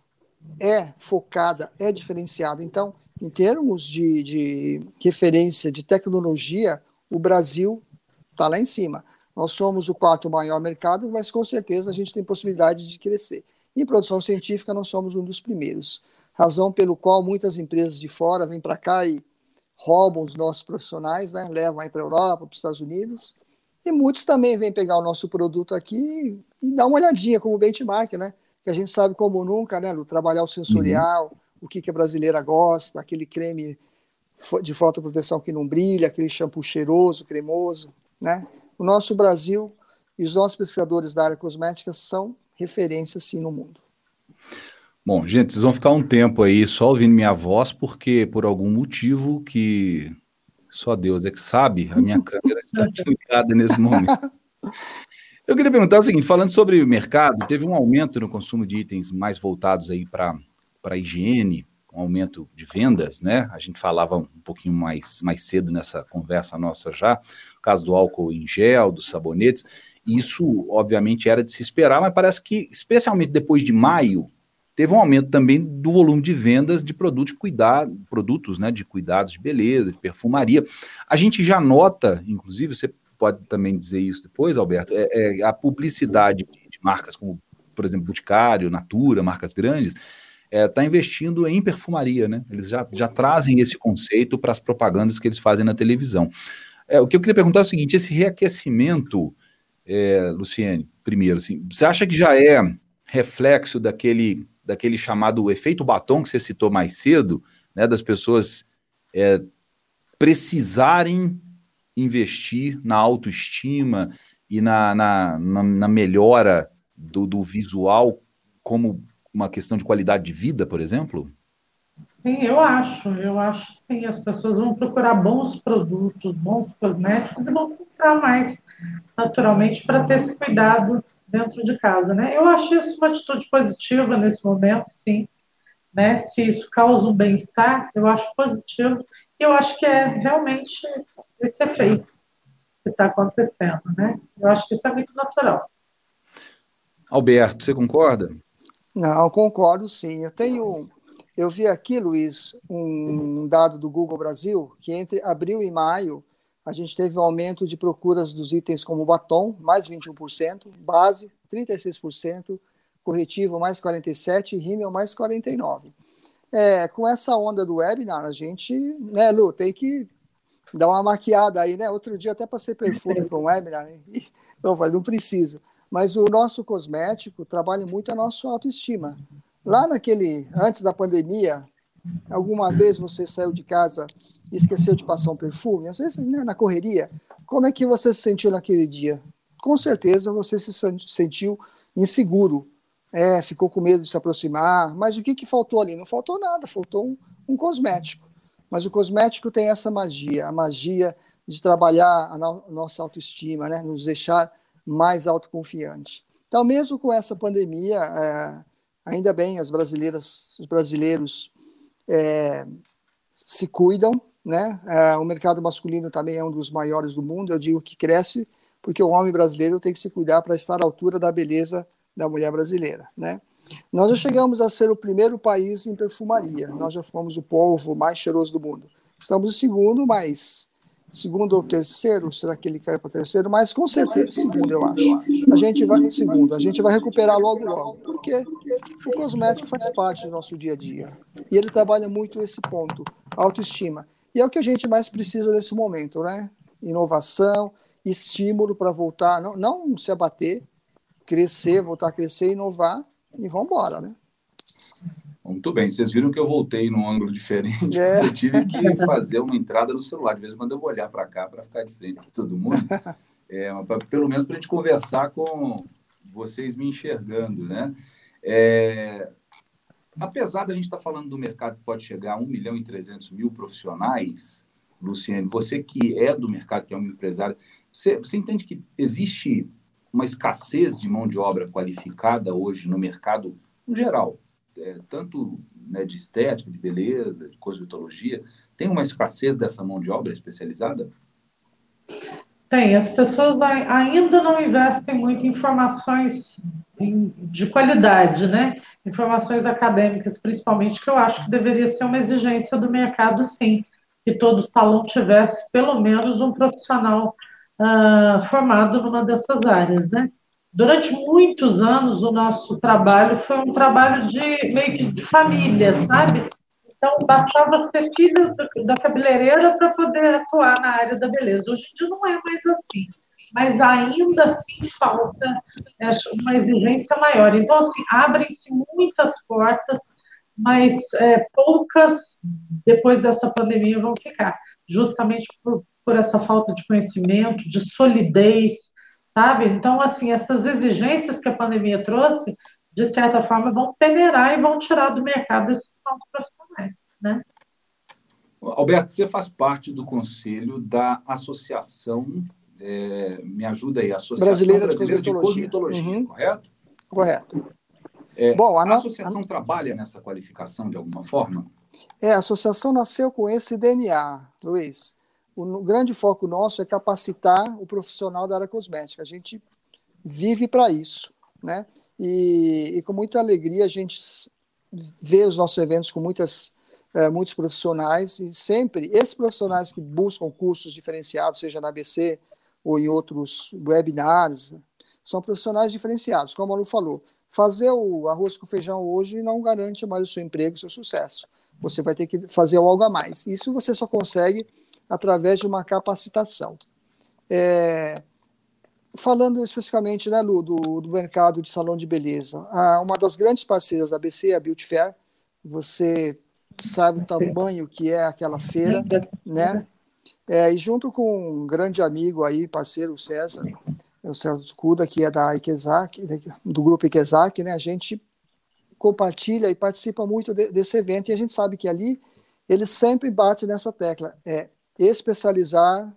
é focada, é diferenciada. Então, em termos de, de referência de tecnologia, o Brasil está lá em cima. Nós somos o quarto maior mercado, mas com certeza a gente tem possibilidade de crescer. Em produção científica, nós somos um dos primeiros. Razão pelo qual muitas empresas de fora vêm para cá e roubam os nossos profissionais, né? Levam aí para a Europa, para os Estados Unidos. E muitos também vêm pegar o nosso produto aqui e dar uma olhadinha como benchmark, né? Que a gente sabe como nunca, né? Do trabalhar o sensorial, uhum. O que, que a brasileira gosta, aquele creme de fotoproteção que não brilha, aquele shampoo cheiroso, cremoso, né? O nosso Brasil e os nossos pesquisadores da área cosmética são referências, sim, no mundo. Bom, gente, vocês vão ficar um tempo aí só ouvindo minha voz, porque por algum motivo que só Deus é que sabe, a minha câmera está desligada nesse momento. Eu queria perguntar o seguinte, falando sobre o mercado, teve um aumento no consumo de itens mais voltados aí para para higiene, um aumento de vendas, né? A gente falava um pouquinho mais, mais cedo nessa conversa nossa já, o caso do álcool em gel, dos sabonetes, isso obviamente era de se esperar, mas parece que, especialmente depois de maio, teve um aumento também do volume de vendas de produtos de cuidado, produtos, né, de cuidados de beleza, de perfumaria. A gente já nota, inclusive, você pode também dizer isso depois, Alberto, é, é a publicidade de, de marcas como, por exemplo, Boticário, Natura, marcas grandes, está é, investindo em perfumaria, né? Eles já, já trazem esse conceito para as propagandas que eles fazem na televisão. É, o que eu queria perguntar é o seguinte, esse reaquecimento, é, Luciene, primeiro, assim, você acha que já é reflexo daquele, daquele chamado efeito batom que você citou mais cedo, né, das pessoas é, precisarem investir na autoestima e na, na, na, na melhora do, do visual como uma questão de qualidade de vida, por exemplo? Sim, eu acho. Eu acho que sim, as pessoas vão procurar bons produtos, bons cosméticos e vão comprar mais naturalmente para ter esse cuidado dentro de casa, né? Eu acho isso uma atitude positiva nesse momento, sim. Né? Se isso causa um bem-estar, eu acho positivo. E eu acho que é realmente esse efeito que está acontecendo, né? Eu acho que isso é muito natural. Alberto, você concorda? Não, concordo sim. Eu tenho, eu vi aqui, Luiz, um dado do Google Brasil, que entre abril e maio, a gente teve um aumento de procuras dos itens como batom, mais vinte e um por cento, base, trinta e seis por cento, corretivo, mais quarenta e sete por cento, e rímel, mais quarenta e nove por cento. É, com essa onda do webinar, a gente, né, Lu, tem que dar uma maquiada aí, né? Outro dia até passei perfume para um webinar, né? Não, não preciso. Mas o nosso cosmético trabalha muito a nossa autoestima. Lá naquele, antes da pandemia, alguma vez você saiu de casa e esqueceu de passar um perfume? Às vezes, né, na correria. Como é que você se sentiu naquele dia? Com certeza você se sentiu inseguro, é, ficou com medo de se aproximar, mas o que, que faltou ali? Não faltou nada, faltou um, um cosmético. Mas o cosmético tem essa magia, a magia de trabalhar a no, nossa autoestima, né, nos deixar mais autoconfiante. Então, mesmo com essa pandemia, é, ainda bem, as brasileiras, os brasileiros é, se cuidam, né? É, o mercado masculino também é um dos maiores do mundo, eu digo que cresce, porque o homem brasileiro tem que se cuidar para estar à altura da beleza da mulher brasileira, né? Nós já chegamos a ser o primeiro país em perfumaria. Nós já fomos o polvo mais cheiroso do mundo. Estamos em segundo, mas segundo ou terceiro, será que ele cai para terceiro? Mas com certeza segundo, eu acho. A gente vai em segundo, a gente vai recuperar logo, logo, porque o cosmético faz parte do nosso dia a dia. E ele trabalha muito esse ponto, autoestima. E é o que a gente mais precisa nesse momento, né? Inovação, estímulo para voltar, não, não se abater, crescer, voltar a crescer, inovar e vamos embora, né? Muito bem, vocês viram que eu voltei num ângulo diferente, é. eu tive que fazer uma entrada no celular, de vez em quando eu vou olhar para cá para ficar de frente com todo mundo, é, pra, pelo menos para a gente conversar com vocês me enxergando, né? É, apesar da gente estar falando do mercado que pode chegar a um milhão e trezentos mil profissionais, Luciane, você que é do mercado, que é um empresário, você, você entende que existe uma escassez de mão de obra qualificada hoje no mercado no geral? É, tanto né, de estética, de beleza, de cosmetologia, tem uma escassez dessa mão de obra especializada? Tem, as pessoas ainda não investem muito em informações de qualidade, né? Informações acadêmicas, principalmente, que eu acho que deveria ser uma exigência do mercado, sim, que todo salão tivesse pelo menos um profissional uh, formado numa dessas áreas, né? Durante muitos anos, o nosso trabalho foi um trabalho de meio que de família, sabe? Então, bastava ser filho da cabeleireira para poder atuar na área da beleza. Hoje em dia não é mais assim, mas ainda assim falta uma exigência maior. Então, assim, abrem-se muitas portas, mas é, poucas, depois dessa pandemia, vão ficar, justamente por, por essa falta de conhecimento, de solidez, sabe? Então, assim, essas exigências que a pandemia trouxe, de certa forma, vão peneirar e vão tirar do mercado esses novos profissionais, né? Alberto, você faz parte do conselho da Associação, é, me ajuda aí, Associação Brasileira, Brasileira de Cosmetologia, de Cosmetologia, uhum. Correto? Correto. É, Bom, a, a no... associação a... trabalha nessa qualificação de alguma forma? É, a associação nasceu com esse D N A, Luiz. O, o grande foco nosso é capacitar o profissional da área cosmética. A gente vive para isso, né? E, e com muita alegria a gente vê os nossos eventos com muitas, é, muitos profissionais, e sempre esses profissionais que buscam cursos diferenciados, seja na A B C ou em outros webinars, são profissionais diferenciados, como a Lu falou. Fazer o arroz com feijão hoje não garante mais o seu emprego, o seu sucesso. Você vai ter que fazer algo a mais. Isso você só consegue através de uma capacitação. É, falando especificamente, né, Lu, do, do mercado de salão de beleza, a, uma das grandes parceiras da A B C é a Beauty Fair. Você sabe o tamanho que é aquela feira, né? É, e junto com um grande amigo aí, parceiro, o César, o César Escuda, que é da Ikezak, do grupo Ikezak, né? A gente compartilha e participa muito de, desse evento, e a gente sabe que ali ele sempre bate nessa tecla, é especializar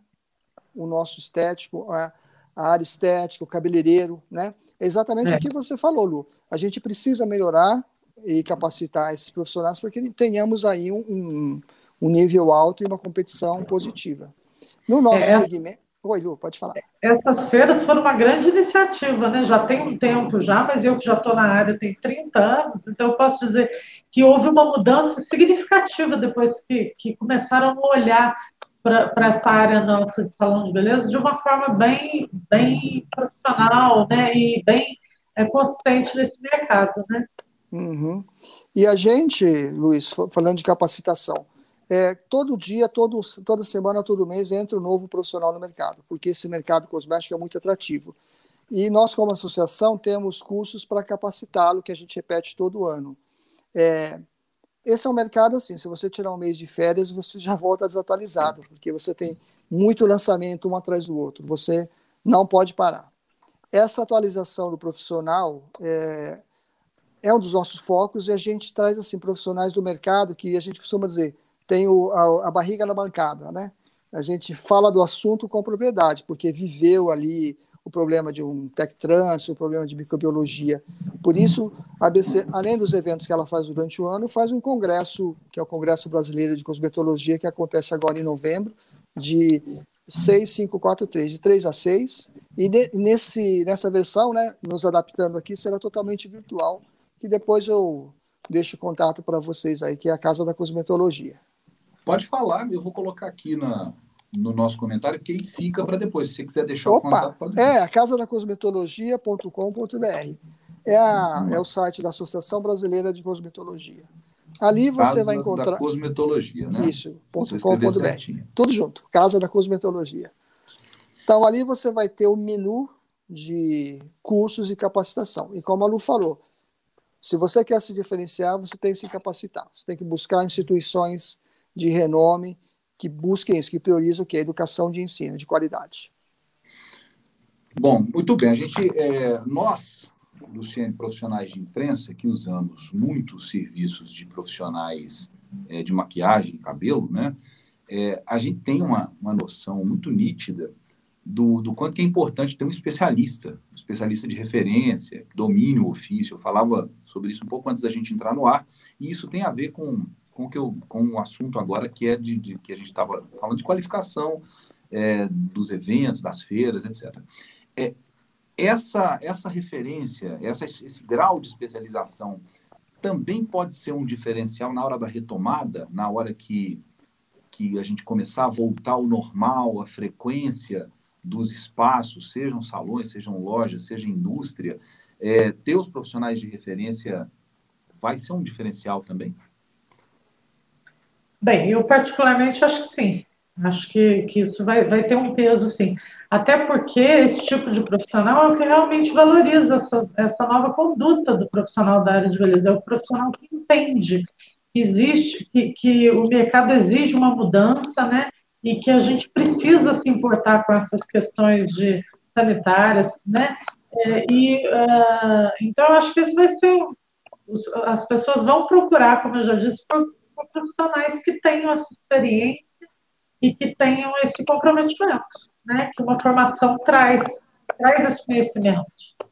o nosso estético, a, a área estética, o cabeleireiro, né? É exatamente é. o que você falou, Lu. A gente precisa melhorar e capacitar esses profissionais para que tenhamos aí um, um, um nível alto e uma competição positiva. No nosso é, segmento... Oi, Lu, pode falar. Essas feiras foram uma grande iniciativa, né? Já tem um tempo já, mas eu que já estou na área tem trinta anos, então eu posso dizer que houve uma mudança significativa depois que, que começaram a olhar para essa área nossa de salão de beleza de uma forma bem, bem profissional, né? E bem é, consistente nesse mercado, né? Uhum. E a gente, Luiz, falando de capacitação, É, todo dia, todo, toda semana, todo mês entra um novo profissional no mercado, porque esse mercado cosmético é muito atrativo. E nós, como associação, temos cursos para capacitá-lo, que a gente repete todo ano. É, esse é um mercado assim, se você tirar um mês de férias, você já volta desatualizado, porque você tem muito lançamento um atrás do outro, você não pode parar. Essa atualização do profissional é, é um dos nossos focos, e a gente traz assim, profissionais do mercado que a gente costuma dizer, tem o, a, a barriga na bancada, né? A gente fala do assunto com propriedade, porque viveu ali o problema de um tech transfer, o problema de microbiologia. Por isso, a A B C, além dos eventos que ela faz durante o ano, faz um congresso, que é o Congresso Brasileiro de Cosmetologia, que acontece agora em novembro, de seis, cinco, quatro, três, de três a seis, e de, nesse, nessa versão, né, nos adaptando aqui, será totalmente virtual, que depois eu deixo o contato para vocês aí, que é a Casa da Cosmetologia. Pode falar, eu vou colocar aqui na, no nosso comentário, que aí fica para depois. Se você quiser deixar Opa, o contato, pode. É, a casa da cosmetologia ponto com ponto b r. É, a, é o site da Associação Brasileira de Cosmetologia. Ali você Casa vai encontrar... da Cosmetologia, né? Isso, ponto com ponto b r. Tudo junto, Casa da Cosmetologia. Então, ali você vai ter o menu de cursos e capacitação. E como a Lu falou, se você quer se diferenciar, você tem que se capacitar. Você tem que buscar instituições de renome que busquem isso, que priorizam o que? A educação de ensino, de qualidade. Bom, muito bem. A gente, é, nós, Luciane, profissionais de imprensa, que usamos muitos serviços de profissionais é, de maquiagem e cabelo, né? É, a gente tem uma, uma noção muito nítida do, do quanto que é importante ter um especialista, um especialista de referência, que domine o ofício. Eu falava sobre isso um pouco antes da gente entrar no ar, e isso tem a ver com, com, que eu, com o assunto agora que é de, de que a gente estava falando de qualificação é, dos eventos, das feiras, etcétera. É, essa, essa referência, essa, esse grau de especialização também pode ser um diferencial na hora da retomada, na hora que, que a gente começar a voltar ao normal, a frequência dos espaços, sejam salões, sejam lojas, seja indústria, é, ter os profissionais de referência vai ser um diferencial também? Bem, eu particularmente acho que sim. Acho que, que isso vai, vai ter um peso, sim. Até porque esse tipo de profissional é o que realmente valoriza essa, essa nova conduta do profissional da área de beleza. É o profissional que entende que existe, que, que o mercado exige uma mudança, né? E que a gente precisa se importar com essas questões de sanitárias, né? É, e, uh, então, eu acho que esse vai ser... Os, as pessoas vão procurar, como eu já disse, por, por profissionais que tenham essa experiência e que tenham esse comprometimento, né? Que uma formação traz, traz esse conhecimento.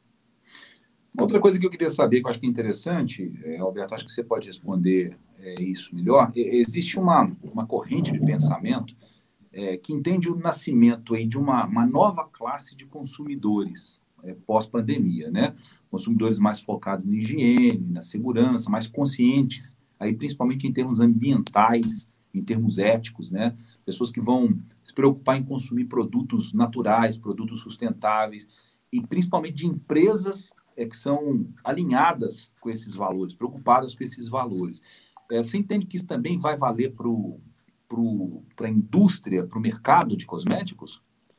Outra coisa que eu queria saber, que eu acho que é interessante, é, Alberto, acho que você pode responder é, isso melhor. É, existe uma, uma corrente de pensamento é, que entende o nascimento aí de uma, uma nova classe de consumidores é, pós-pandemia, né? Consumidores mais focados na higiene, na segurança, mais conscientes, aí principalmente em termos ambientais, em termos éticos, né? Pessoas que vão se preocupar em consumir produtos naturais, produtos sustentáveis, e principalmente de empresas é, que são alinhadas com esses valores, preocupadas com esses valores. É, você entende que isso também vai valer para a indústria, para o mercado de cosméticos?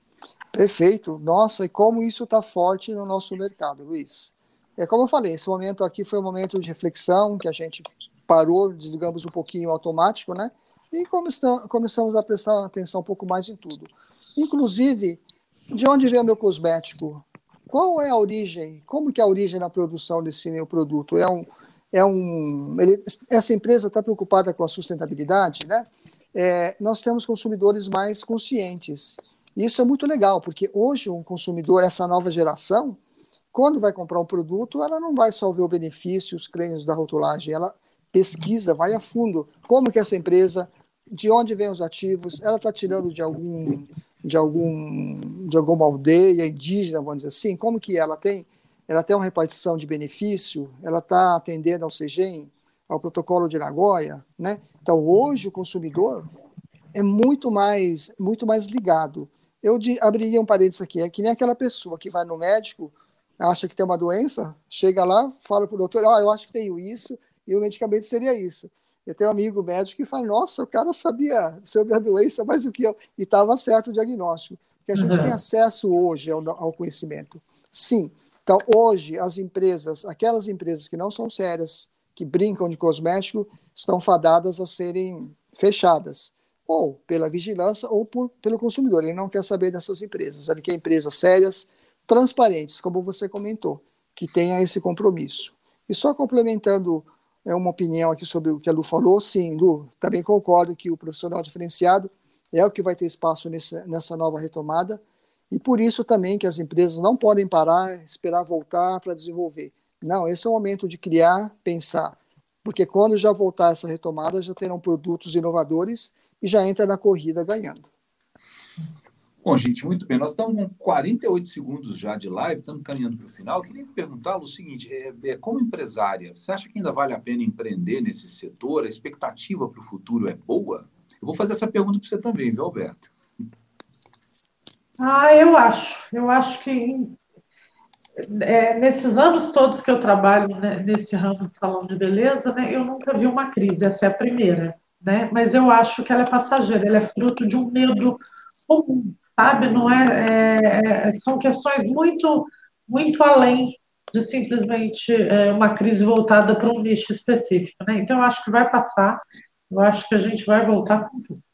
Perfeito. Nossa, e como isso está forte no nosso mercado, Luiz. É como eu falei, esse momento aqui foi um momento de reflexão, que a gente parou, desligamos um pouquinho automático, né? E começamos a prestar atenção um pouco mais em tudo. Inclusive, de onde vem o meu cosmético? Qual é a origem? Como que é a origem da produção desse meu produto? É um, é um, ele, essa empresa está preocupada com a sustentabilidade, né? É, nós temos consumidores mais conscientes. E isso é muito legal, porque hoje um consumidor, essa nova geração, quando vai comprar um produto, ela não vai só ver o benefício, os cremes da rotulagem, ela pesquisa, vai a fundo. Como que essa empresa, de onde vem os ativos, ela está tirando de algum, de algum, de alguma aldeia indígena, vamos dizer assim, como que ela tem, ela tem uma repartição de benefício, ela está atendendo ao CEGEM, ao protocolo de Nagoya, né? Então hoje o consumidor é muito mais, muito mais ligado. Eu de, abriria um parênteses aqui, é que nem aquela pessoa que vai no médico, acha que tem uma doença, chega lá, fala para o doutor, ah, eu acho que tenho isso, e o medicamento seria isso. Eu tenho um amigo médico que fala, nossa, o cara sabia sobre a doença mais do que eu, e estava certo o diagnóstico, porque a gente uhum. tem acesso hoje ao, ao conhecimento. Sim, então hoje as empresas, aquelas empresas que não são sérias, que brincam de cosmético, estão fadadas a serem fechadas, ou pela vigilância ou por, pelo consumidor. Ele não quer saber dessas empresas, ele quer empresas sérias, transparentes, como você comentou, que tenha esse compromisso. E só complementando é, uma opinião aqui sobre o que a Lu falou, sim, Lu, também concordo que o profissional diferenciado é o que vai ter espaço nesse, nessa nova retomada, e por isso também que as empresas não podem parar, esperar voltar para desenvolver. Não, esse é o momento de criar, pensar, porque quando já voltar essa retomada, já terão produtos inovadores e já entra na corrida ganhando. Bom, gente, muito bem. Nós estamos com quarenta e oito segundos já de live, estamos caminhando para o final. Eu queria perguntá-lo o seguinte, é, é, como empresária, você acha que ainda vale a pena empreender nesse setor? A expectativa para o futuro é boa? Eu vou fazer essa pergunta para você também, viu, Alberto? Ah, eu acho. Eu acho que é, nesses anos todos que eu trabalho, né, nesse ramo de salão de beleza, né, eu nunca vi uma crise, essa é a primeira, né? Mas eu acho que ela é passageira, ela é fruto de um medo comum, sabe? Não é, é- é- são questões muito, muito além de simplesmente é, uma crise voltada para um nicho específico, né? Então, eu acho que vai passar, eu acho que a gente vai voltar com tudo.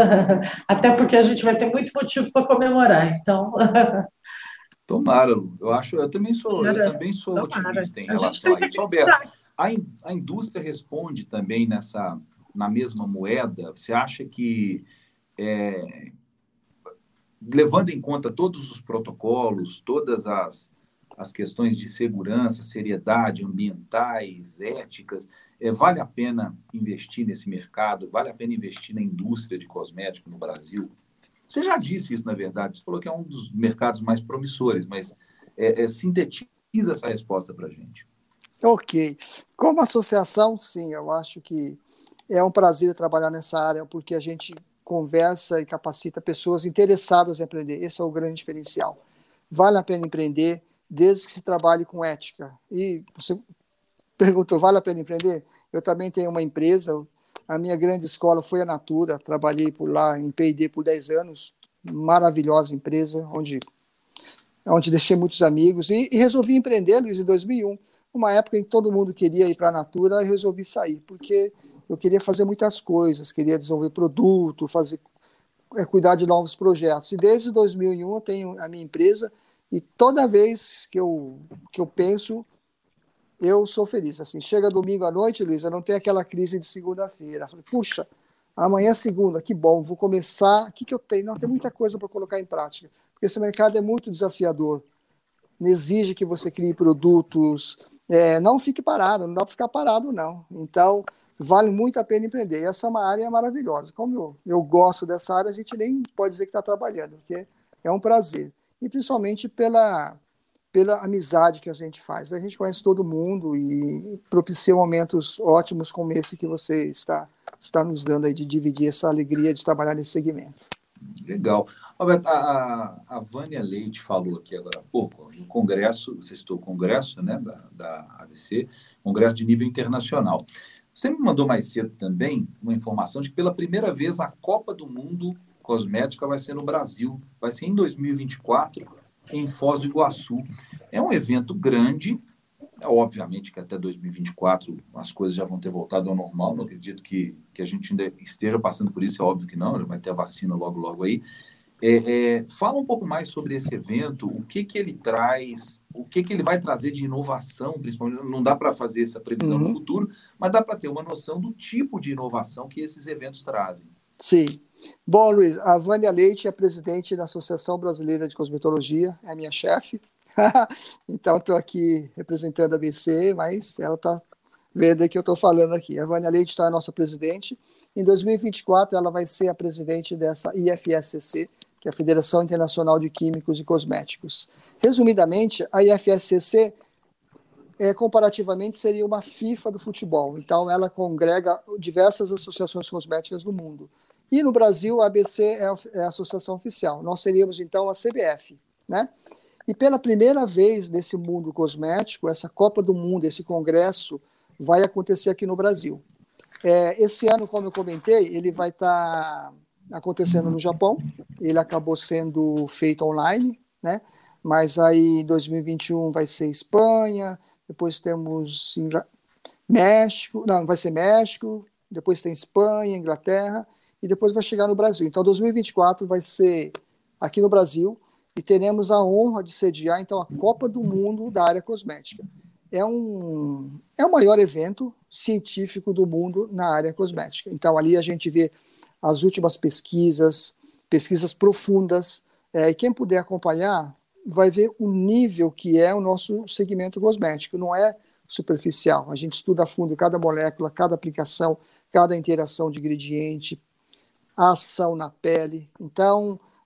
Até porque a gente vai ter muito motivo para comemorar, então, Tomara, Lu. Eu acho, eu também sou, eu tomara, também sou tomara. otimista em A gente relação tem a que isso. Alberto, acreditar. a, in- a indústria responde também nessa, na mesma moeda? Você acha que é, levando em conta todos os protocolos, todas as, as questões de segurança, seriedade, ambientais, éticas, é, vale a pena investir nesse mercado? Vale a pena investir na indústria de cosmético no Brasil? Você já disse isso, na verdade, você falou que é um dos mercados mais promissores, mas é, é, sintetiza essa resposta para a gente. Ok. Como associação, sim, eu acho que é um prazer trabalhar nessa área, porque a gente conversa e capacita pessoas interessadas em aprender. Esse é o grande diferencial. Vale a pena empreender, desde que se trabalhe com ética. E você perguntou, vale a pena empreender? Eu também tenho uma empresa, a minha grande escola foi a Natura, trabalhei por lá em P e D por dez anos, maravilhosa empresa, onde, onde deixei muitos amigos, e, e resolvi empreender, Luiz, em dois mil e um, uma época em que todo mundo queria ir para a Natura, e resolvi sair, porque eu queria fazer muitas coisas, queria desenvolver produto, fazer, é, cuidar de novos projetos, e desde dois mil e um eu tenho a minha empresa, e toda vez que eu, que eu penso, eu sou feliz. Assim, chega domingo à noite, Luiz, eu não tenho aquela crise de segunda-feira. Falei, puxa, amanhã é segunda, que bom, vou começar. O que, que eu tenho? Não, tem muita coisa para colocar em prática. Porque esse mercado é muito desafiador. Exige que você crie produtos. É, não fique parado, não dá para ficar parado, não. Então, vale muito a pena empreender. E essa é uma área maravilhosa. Como eu, eu gosto dessa área, a gente nem pode dizer que está trabalhando, porque é um prazer. E principalmente pela pela amizade que a gente faz. A gente conhece todo mundo e propicia momentos ótimos como esse que você está, está nos dando aí, de dividir essa alegria de trabalhar nesse segmento. Legal. Alberto, a, a Vânia Leite falou aqui agora há pouco, no congresso, você citou o congresso, né, da, da A B C, congresso de nível internacional. Você me mandou mais cedo também uma informação de que pela primeira vez a Copa do Mundo Cosmética vai ser no Brasil, vai ser em dois mil e vinte e quatro, em Foz do Iguaçu. É um evento grande, é, obviamente que até dois mil e vinte e quatro as coisas já vão ter voltado ao normal, não acredito que, que a gente ainda esteja passando por isso, é óbvio que não, já vai ter a vacina logo, logo aí. É, é, fala um pouco mais sobre esse evento, o que, que ele traz, o que, que ele vai trazer de inovação, principalmente, não dá para fazer essa previsão Uhum. no futuro, mas dá para ter uma noção do tipo de inovação que esses eventos trazem. Sim. Bom, Luiz, a Vânia Leite é presidente da Associação Brasileira de Cosmetologia, é a minha chefe. Então, estou aqui representando a B C, mas ela está vendo que eu estou falando aqui. A Vânia Leite está a nossa presidente. Em dois mil e vinte e quatro, ela vai ser a presidente dessa I F S C C, que é a Federação Internacional de Químicos e Cosméticos. Resumidamente, a I F S C C, é, comparativamente, seria uma FIFA do futebol. Então, ela congrega diversas associações cosméticas do mundo. E no Brasil, a A B C é a associação oficial. Nós seríamos, então, a C B F, né? E pela primeira vez nesse mundo cosmético, essa Copa do Mundo, esse congresso, vai acontecer aqui no Brasil. É, esse ano, como eu comentei, ele vai estar tá acontecendo no Japão. Ele acabou sendo feito online, né? Mas aí em dois mil e vinte e um vai ser Espanha, depois temos Ingl... México, não, vai ser México, depois tem Espanha, Inglaterra, e depois vai chegar no Brasil. Então, dois mil e vinte e quatro vai ser aqui no Brasil, e teremos a honra de sediar, então, a Copa do Mundo da área cosmética. É, um, é o maior evento científico do mundo na área cosmética. Então, ali a gente vê as últimas pesquisas, pesquisas profundas, é, e quem puder acompanhar vai ver o nível que é o nosso segmento cosmético. Não é superficial. A gente estuda a fundo cada molécula, cada aplicação, cada interação de ingrediente, a ação na pele. Então,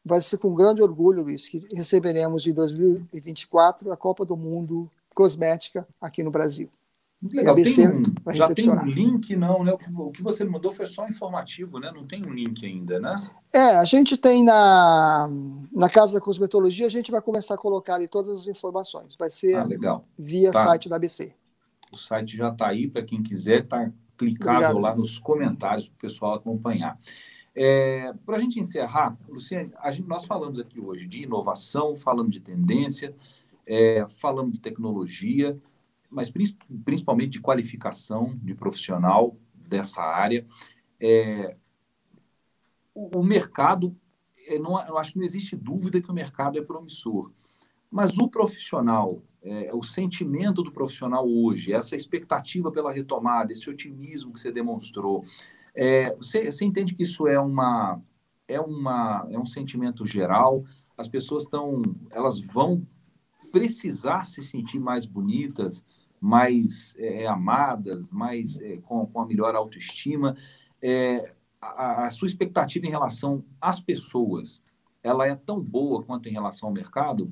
vai ser com grande orgulho, Luiz, que receberemos em dois mil e vinte e quatro a Copa do Mundo Cosmética aqui no Brasil. Muito legal. E a B C tem um, vai já tem um recepcionar. link, não, né? O que, o que você mandou foi só informativo, né? Não tem um link ainda, né? É, a gente tem na, na Casa da Cosmetologia, a gente vai começar a colocar ali todas as informações. Vai ser Ah, legal. via Tá. site da A B C. O site já está aí para quem quiser, está clicável Obrigado, lá Luiz. nos comentários para o pessoal acompanhar. É, para a gente encerrar, Luciane, a gente, nós falamos aqui hoje de inovação, falamos de tendência, é, falamos de tecnologia, mas prin- principalmente de qualificação de profissional dessa área. É, o, o mercado, é, não, eu acho que não existe dúvida que o mercado é promissor, mas o profissional, é, o sentimento do profissional hoje, essa expectativa pela retomada, esse otimismo que você demonstrou, é, você, você entende que isso é uma é uma é um sentimento geral? As pessoas estão, elas vão precisar se sentir mais bonitas, mais é, amadas, mais é, com, com a melhor autoestima. É, a, a sua expectativa em relação às pessoas, ela é tão boa quanto em relação ao mercado?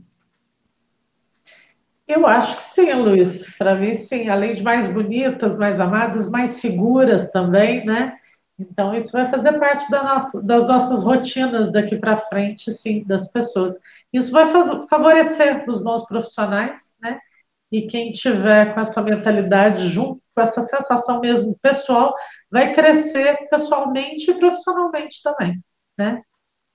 Eu acho que sim, Luiz. Para mim, sim. Além de mais bonitas, mais amadas, mais seguras também, né? Então, isso vai fazer parte da nossa, das nossas rotinas daqui para frente, sim, das pessoas. Isso vai faz, favorecer os bons profissionais, né? E quem tiver com essa mentalidade junto, com essa sensação mesmo pessoal, vai crescer pessoalmente e profissionalmente também, né?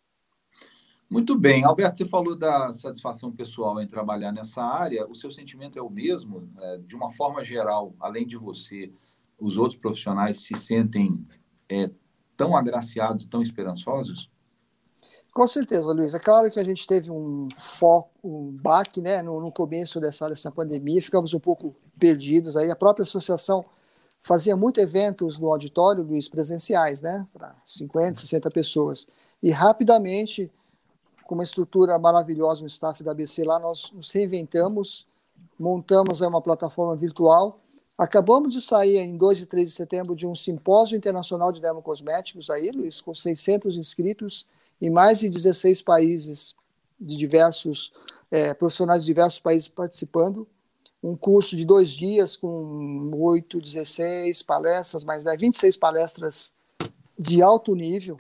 Muito bem. Alberto, você falou da satisfação pessoal em trabalhar nessa área. O seu sentimento é o mesmo? É, de uma forma geral, além de você, os outros profissionais se sentem é, tão agraciados, tão esperançosos? Com certeza, Luiz. É claro que a gente teve um foco, um baque, né, no, no começo dessa, dessa pandemia, ficamos um pouco perdidos. Aí a própria associação fazia muitos eventos no auditório, Luiz, presenciais, né, para cinquenta, sessenta pessoas. E rapidamente, com uma estrutura maravilhosa no staff da A B C lá, nós nos reinventamos, montamos aí uma plataforma virtual. Acabamos de sair em dois e três de setembro de um simpósio internacional de dermocosméticos aí, Luiz, com seiscentos inscritos em mais de dezesseis países, de diversos é, profissionais de diversos países participando. Um curso de dois dias com oito, dezesseis palestras, mais né, vinte e seis palestras de alto nível.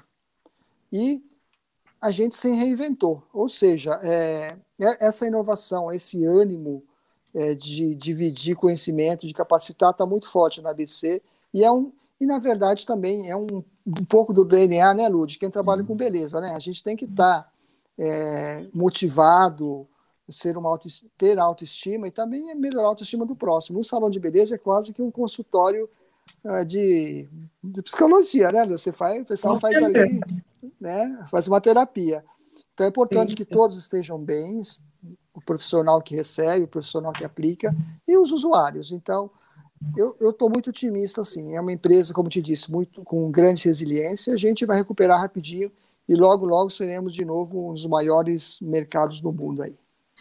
E a gente se reinventou, ou seja, é, essa inovação, esse ânimo é, de dividir conhecimento, de capacitar, está muito forte na A B C, e, é um, e na verdade também é um, um pouco do D N A, né, Lu, de quem trabalha com beleza, né? A gente tem que estar tá, é, motivado, ser uma auto, ter autoestima e também melhorar a autoestima do próximo. Um salão de beleza é quase que um consultório uh, de, de psicologia, né? Você faz, o pessoal faz ali, né, faz uma terapia. Então é importante que todos estejam bem, o profissional que recebe, o profissional que aplica e os usuários. Então, eu estou muito otimista, assim, é uma empresa, como te disse, muito, com grande resiliência, a gente vai recuperar rapidinho e logo, logo seremos de novo um dos maiores mercados do mundo aí.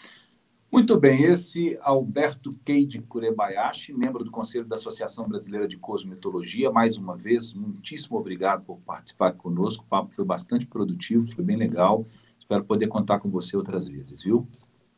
Muito bem, esse Alberto Keide Kurebayashi, membro do Conselho da Associação Brasileira de Cosmetologia, mais uma vez, muitíssimo obrigado por participar conosco, o papo foi bastante produtivo, foi bem legal, espero poder contar com você outras vezes, viu?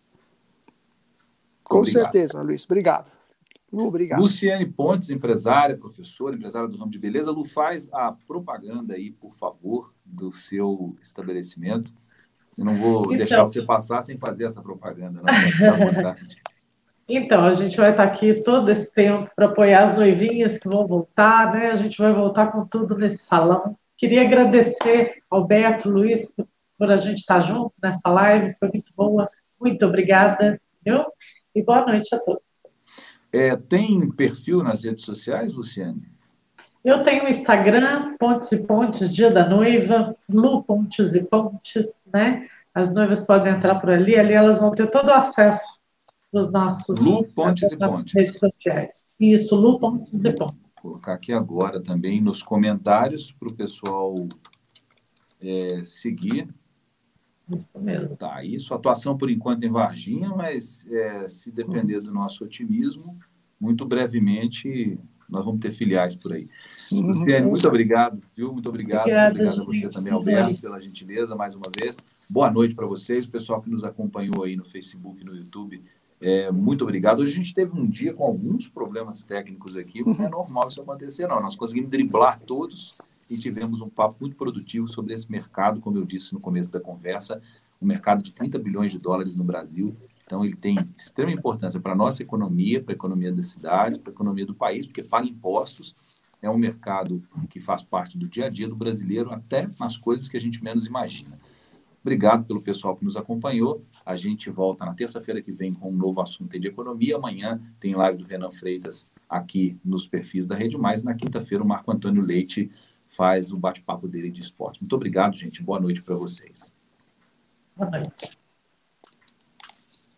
Com obrigado. certeza, Luiz, obrigado. Lu, obrigado. Luciane Pontes, empresária, professora, empresária do ramo de beleza. Lu, faz a propaganda aí, por favor, do seu estabelecimento. Eu não vou então, deixar você passar sem fazer essa propaganda, não. Fica à vontade. Então, a gente vai estar aqui todo esse tempo para apoiar as noivinhas que vão voltar, né? A gente vai voltar com tudo nesse salão. Queria agradecer, Alberto, Luiz, por, por a gente estar junto nessa live, foi muito boa. Muito obrigada, viu? E boa noite a todos. É, tem perfil nas redes sociais, Luciane? Eu tenho o Instagram, Pontes e Pontes, Dia da Noiva, Lu Pontes e Pontes, né? As noivas podem entrar por ali, ali elas vão ter todo o acesso dos nossos Lu Pontes e Pontes. redes sociais. Isso, Lu Pontes e Pontes. Vou colocar aqui agora também nos comentários para o pessoal é, seguir. Isso mesmo. Tá, isso, atuação por enquanto em Varginha, mas é, se depender do nosso otimismo, muito brevemente nós vamos ter filiais por aí. Luciane, muito obrigado, viu? Muito obrigado. Obrigada, obrigado a você gente. também, Alberto, pela gentileza, mais uma vez. Boa noite para vocês, o pessoal que nos acompanhou aí no Facebook e no YouTube. É, muito obrigado. Hoje a gente teve um dia com alguns problemas técnicos aqui, não é normal isso acontecer, não. Nós conseguimos driblar todos e tivemos um papo muito produtivo sobre esse mercado, como eu disse no começo da conversa, um mercado de trinta bilhões de dólares no Brasil. Então, ele tem extrema importância para a nossa economia, para a economia das cidades, para a economia do país, porque paga impostos. É um mercado que faz parte do dia a dia do brasileiro, até nas coisas que a gente menos imagina. Obrigado pelo pessoal que nos acompanhou. A gente volta na terça-feira que vem com um novo assunto de economia. Amanhã tem live do Renan Freitas aqui nos perfis da Rede Mais. Na quinta-feira, o Marco Antônio Leite faz o bate-papo dele de esporte. Muito obrigado, gente. Boa noite para vocês. Boa noite.